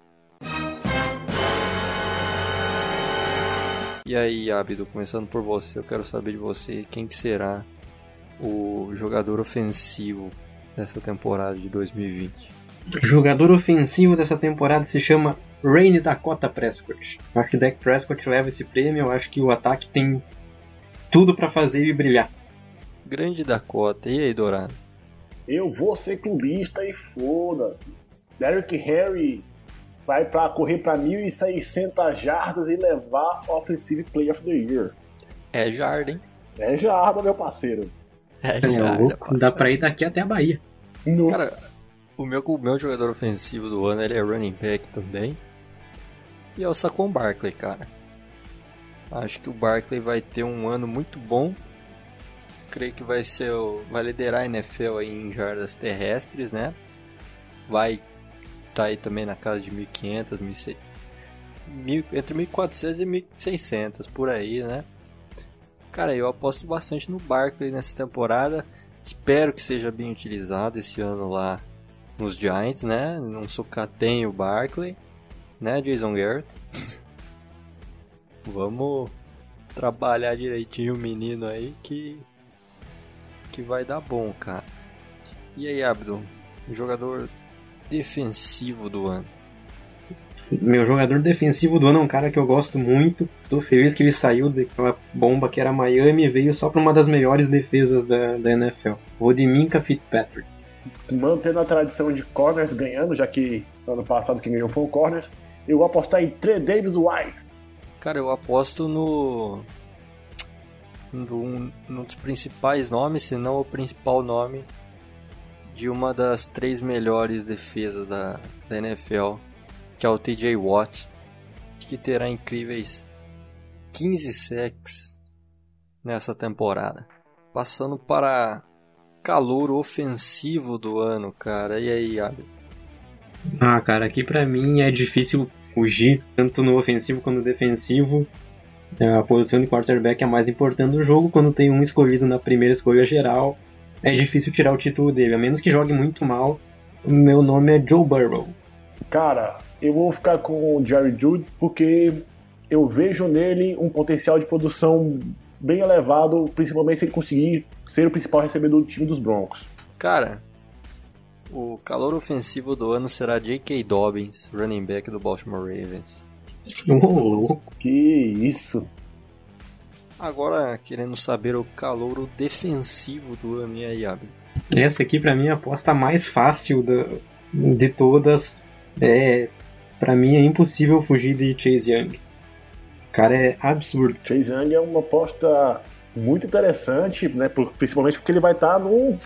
E aí, Abdu, começando por você, eu quero saber de você quem que será o jogador ofensivo dessa temporada de 2020. O jogador ofensivo dessa temporada se chama Rayne Dakota Prescott. Eu acho que Dak Prescott leva esse prêmio. Eu acho que o ataque tem tudo para fazer ele brilhar. Grande Dakota. E aí, Dourado? Eu vou ser clubista e foda-se. Derrick Henry vai correr para 1.600 jardas e levar o Offensive Player of the Year. É jarda, hein? É jarda, meu parceiro. É jarda. Dá pra ir daqui até a Bahia. No... Cara, o meu jogador ofensivo do ano, ele é running back também. E é o Saquon Barkley, cara. Acho que o Barkley vai ter um ano muito bom. Creio que vai liderar a NFL aí em jardas terrestres, né? Vai estar aí também na casa de 1.500, 1.600, entre 1.400 e 1.600, por aí, né? Cara, eu aposto bastante no Barkley nessa temporada. Espero que seja bem utilizado esse ano lá nos Giants, né? Não sucateiem o Barkley, né, Jason Garrett? Vamos trabalhar direitinho o menino aí que vai dar bom, cara. E aí, Abdul, o jogador defensivo do ano? Meu jogador defensivo do ano é um cara que eu gosto muito. Tô feliz que ele saiu daquela bomba que era Miami e veio só para uma das melhores defesas da NFL. Vou de Minkah Fitzpatrick. Mantendo a tradição de corners ganhando, já que ano passado quem ganhou foi o corner, eu vou apostar em Trey Davis White. Cara, eu aposto num dos principais nomes, se não o principal nome, de uma das 3 melhores defesas da NFL, que é o TJ Watt, que terá incríveis 15 sacks nessa temporada. Passando para calouro ofensivo do ano, cara. E aí, Abel? Cara, aqui pra mim é difícil fugir, tanto no ofensivo quanto no defensivo. A posição de quarterback é a mais importante do jogo. Quando tem um escolhido na primeira escolha geral, é difícil tirar o título dele, a menos que jogue muito mal. Meu nome é Joe Burrow. Cara, eu vou ficar com o Jerry Jeudy porque eu vejo nele um potencial de produção bem elevado, principalmente se ele conseguir ser o principal recebedor do time dos Broncos. Cara, o calor ofensivo do ano será J.K. Dobbins, running back do Baltimore Ravens. Que isso! Agora, querendo saber o calouro defensivo do ano, e aí, Abel? Essa aqui pra mim é a aposta mais fácil de todas. Pra mim é impossível fugir de Chase Young. O cara é absurdo. Chase Young é uma aposta muito interessante, né? Principalmente porque ele vai estar no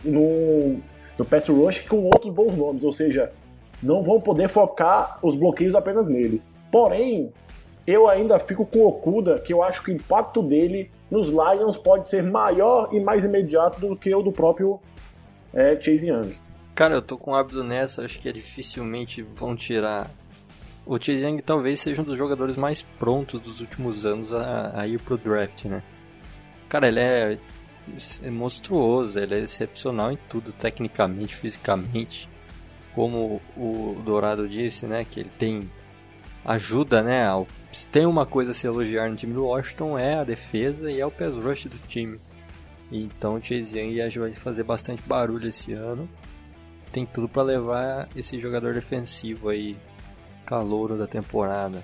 pass rush com outros bons nomes, ou seja, não vão poder focar os bloqueios apenas nele. Porém, eu ainda fico com o Okudah, que eu acho que o impacto dele nos Lions pode ser maior e mais imediato do que o do próprio Chase Young. Cara, eu tô com o Abdo nessa, acho que dificilmente vão tirar. O Chase Young talvez seja um dos jogadores mais prontos dos últimos anos a ir pro draft, né? Cara, ele é monstruoso, ele é excepcional em tudo, tecnicamente, fisicamente. Como o Dourado disse, né, que ele tem ajuda, né, se tem uma coisa a se elogiar no time do Washington é a defesa e é o pass rush do time. Então o Chase Young vai fazer bastante barulho esse ano. Tem tudo para levar esse jogador defensivo aí, calouro da temporada.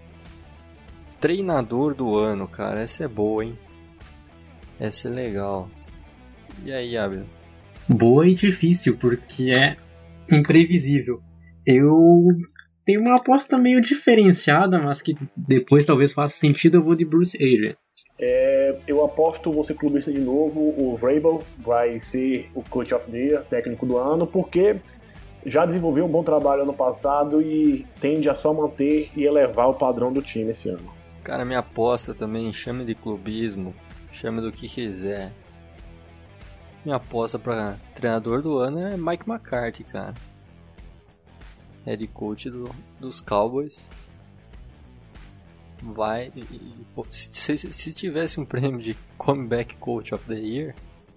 Treinador do ano, cara, essa é boa, hein? Essa é legal. E aí, Abel? Boa e difícil, porque é imprevisível. Eu tenho uma aposta meio diferenciada, mas que depois talvez faça sentido. Eu vou de Bruce Arians. Eu aposto, vou ser clubista de novo, o Vrabel vai ser o Coach of the Year, técnico do ano, porque já desenvolveu um bom trabalho ano passado e tende a só manter e elevar o padrão do time esse ano. Cara, minha aposta também, chame de clubismo, chame do que quiser. Minha aposta para treinador do ano é Mike McCarthy, cara. Head coach dos Cowboys. Vai. Se tivesse um prêmio de Comeback Coach of the Year,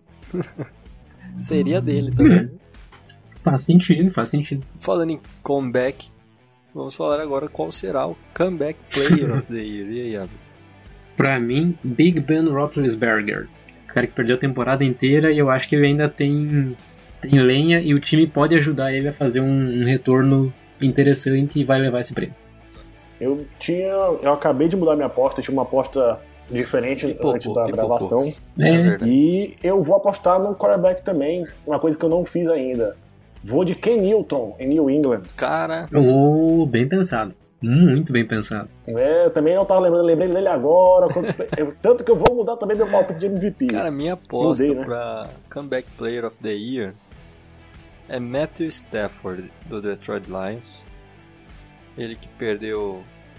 seria dele também. Faz sentido. Falando em comeback, vamos falar agora qual será o Comeback Player of the Year. E aí, Abel? Pra mim, Big Ben Roethlisberger. O cara que perdeu a temporada inteira e eu acho que ele ainda tem lenha e o time pode ajudar ele a fazer um retorno interessante e vai levar esse prêmio. Eu acabei de mudar minha aposta, tinha uma aposta diferente antes da gravação. E eu vou apostar no quarterback também, uma coisa que eu não fiz ainda. Vou de Ken Newton, em New England. Cara... bem pensado. Muito bem pensado. Também não tava lembrei dele agora. Tanto que eu vou mudar também meu palpite de MVP. Cara, minha aposta pra Comeback Player of the Year é Matthew Stafford, do Detroit Lions. Ele que perdeu,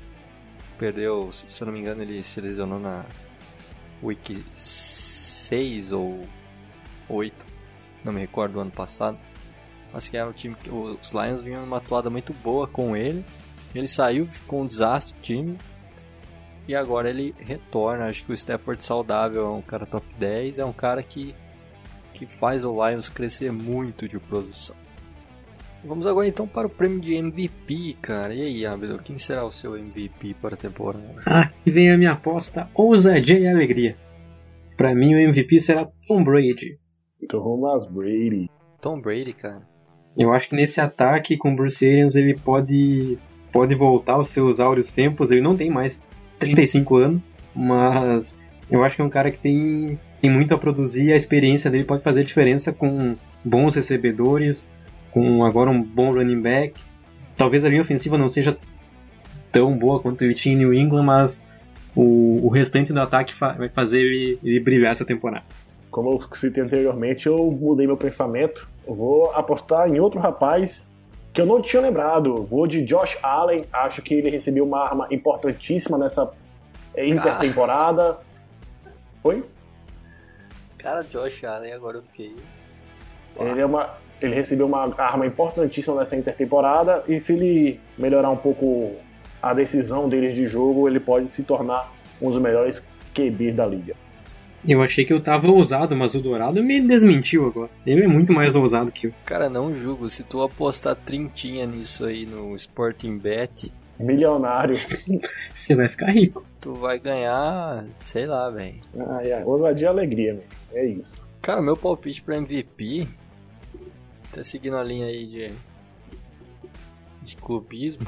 se eu não me engano, ele se lesionou na Week 6 ou 8, não me recordo, do ano passado. Mas que era um time que os Lions vinham numa atuada muito boa com ele. Ele saiu, ficou um desastre o time. E agora ele retorna. Acho que o Stafford saudável é um cara top 10. É um cara que faz o Lions crescer muito de produção. Vamos agora então para o prêmio de MVP, cara. E aí, Abel, quem será o seu MVP para a temporada? Aqui vem a minha aposta, ousadia e alegria. Para mim o MVP será Tom Brady. Thomas Brady. Tom Brady, cara. Eu acho que nesse ataque com o Bruce Arians ele pode voltar aos seus áureos tempos. Ele não tem mais 35 anos, mas eu acho que é um cara que tem muito a produzir. A experiência dele pode fazer diferença com bons recebedores, com agora um bom running back. Talvez a linha ofensiva não seja tão boa quanto ele tinha em New England, mas o restante do ataque vai fazer ele brilhar essa temporada. Como eu citei anteriormente, eu mudei meu pensamento. Eu vou apostar em outro rapaz que eu não tinha lembrado. Vou de Josh Allen. Acho que ele recebeu uma arma importantíssima nessa intertemporada. Oi? Cara, Josh Allen, agora eu fiquei... Ele recebeu uma arma importantíssima nessa intertemporada, e se ele melhorar um pouco a decisão dele de jogo, ele pode se tornar um dos melhores QBs da liga. Eu achei que eu tava ousado, mas o Dourado me desmentiu agora. Ele é muito mais ousado que eu. Cara, não julgo. Se tu apostar trintinha nisso aí no Sporting Bet... Milionário. Você vai ficar rico. Tu vai ganhar, sei lá, velho. Ousadia e alegria, velho. É isso. Cara, meu palpite pra MVP... Tá seguindo a linha aí de clubismo.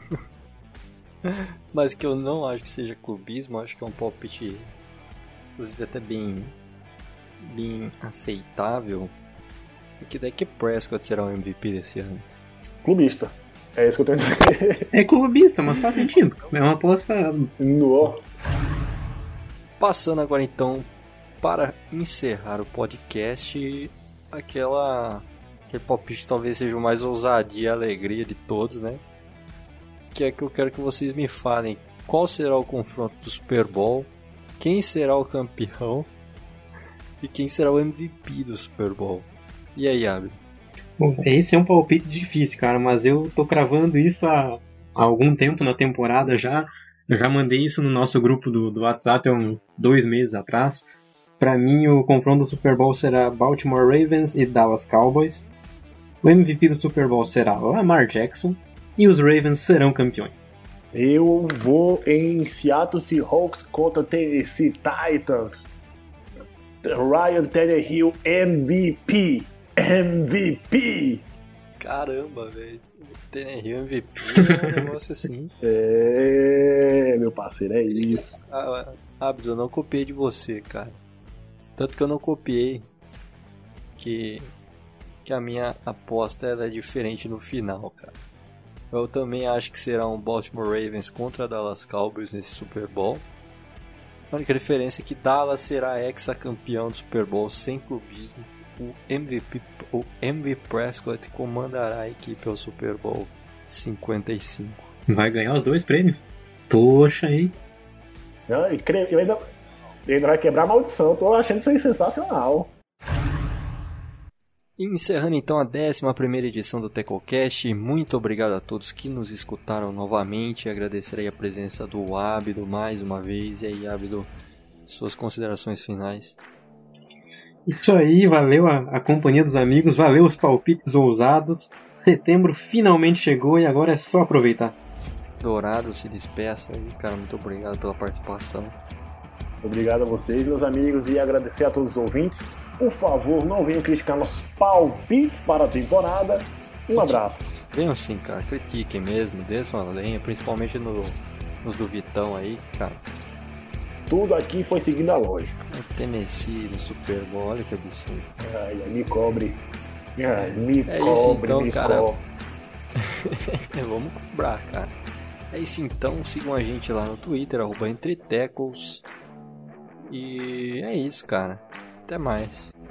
Mas que eu não acho que seja clubismo. Acho que é um palpite... Inclusive até bem aceitável. Que Dak Prescott será o MVP desse ano. Clubista. É isso que eu tenho a dizer. É clubista, mas faz sentido. É uma aposta... No. Passando agora então para encerrar o podcast, aquele palpite talvez seja o mais ousadia e alegria de todos, né? Que é que eu quero que vocês me falem qual será o confronto do Super Bowl, quem será o campeão e quem será o MVP do Super Bowl. E aí, Abel? Bom, esse é um palpite difícil, cara, mas eu tô cravando isso há algum tempo na temporada já. Eu já mandei isso no nosso grupo do WhatsApp há uns 2 meses atrás. Pra mim, o confronto do Super Bowl será Baltimore Ravens e Dallas Cowboys. O MVP do Super Bowl será Lamar Jackson e os Ravens serão campeões. Eu vou em Seattle Seahawks contra Tennessee Titans. Ryan Tannehill MVP. MVP! Caramba, velho. Tannehill MVP é um negócio assim. Meu parceiro, é isso. Abdo, eu não copiei de você, cara. Tanto que eu não copiei que a minha aposta ela é diferente no final, cara. Eu também acho que será um Baltimore Ravens contra Dallas Cowboys nesse Super Bowl. A única diferença é que Dallas será ex-campeão do Super Bowl sem clubismo. O MVP Prescott comandará a equipe ao Super Bowl 55. Vai ganhar os 2 prêmios. Poxa aí. Ele ainda vai quebrar a maldição. Tô achando isso aí sensacional. Encerrando então a 11ª edição do TecoCast, muito obrigado a todos que nos escutaram novamente. Agradecerei a presença do Abdo mais uma vez. E aí, Abdo, suas considerações finais. Isso aí, valeu a companhia dos amigos, valeu os palpites ousados. Setembro finalmente chegou e agora é só aproveitar. Dourado, se despeça aí, cara, muito obrigado pela participação. Obrigado a vocês, meus amigos, e agradecer a todos os ouvintes. Por favor, não venham criticar nossos palpites para a temporada. Um abraço. Venham sim, cara, critiquem mesmo, desçam a lenha, principalmente nos do Vitão aí, cara. Tudo aqui foi seguindo a lógica. Tennessee no Super Bowl, olha que absurdo. Ai, me cobre. Ai, me é cobre, isso então, me cara. cobre. Vamos cobrar, cara. É isso então, sigam a gente lá no Twitter, @entretecos. E é isso, cara. Até mais.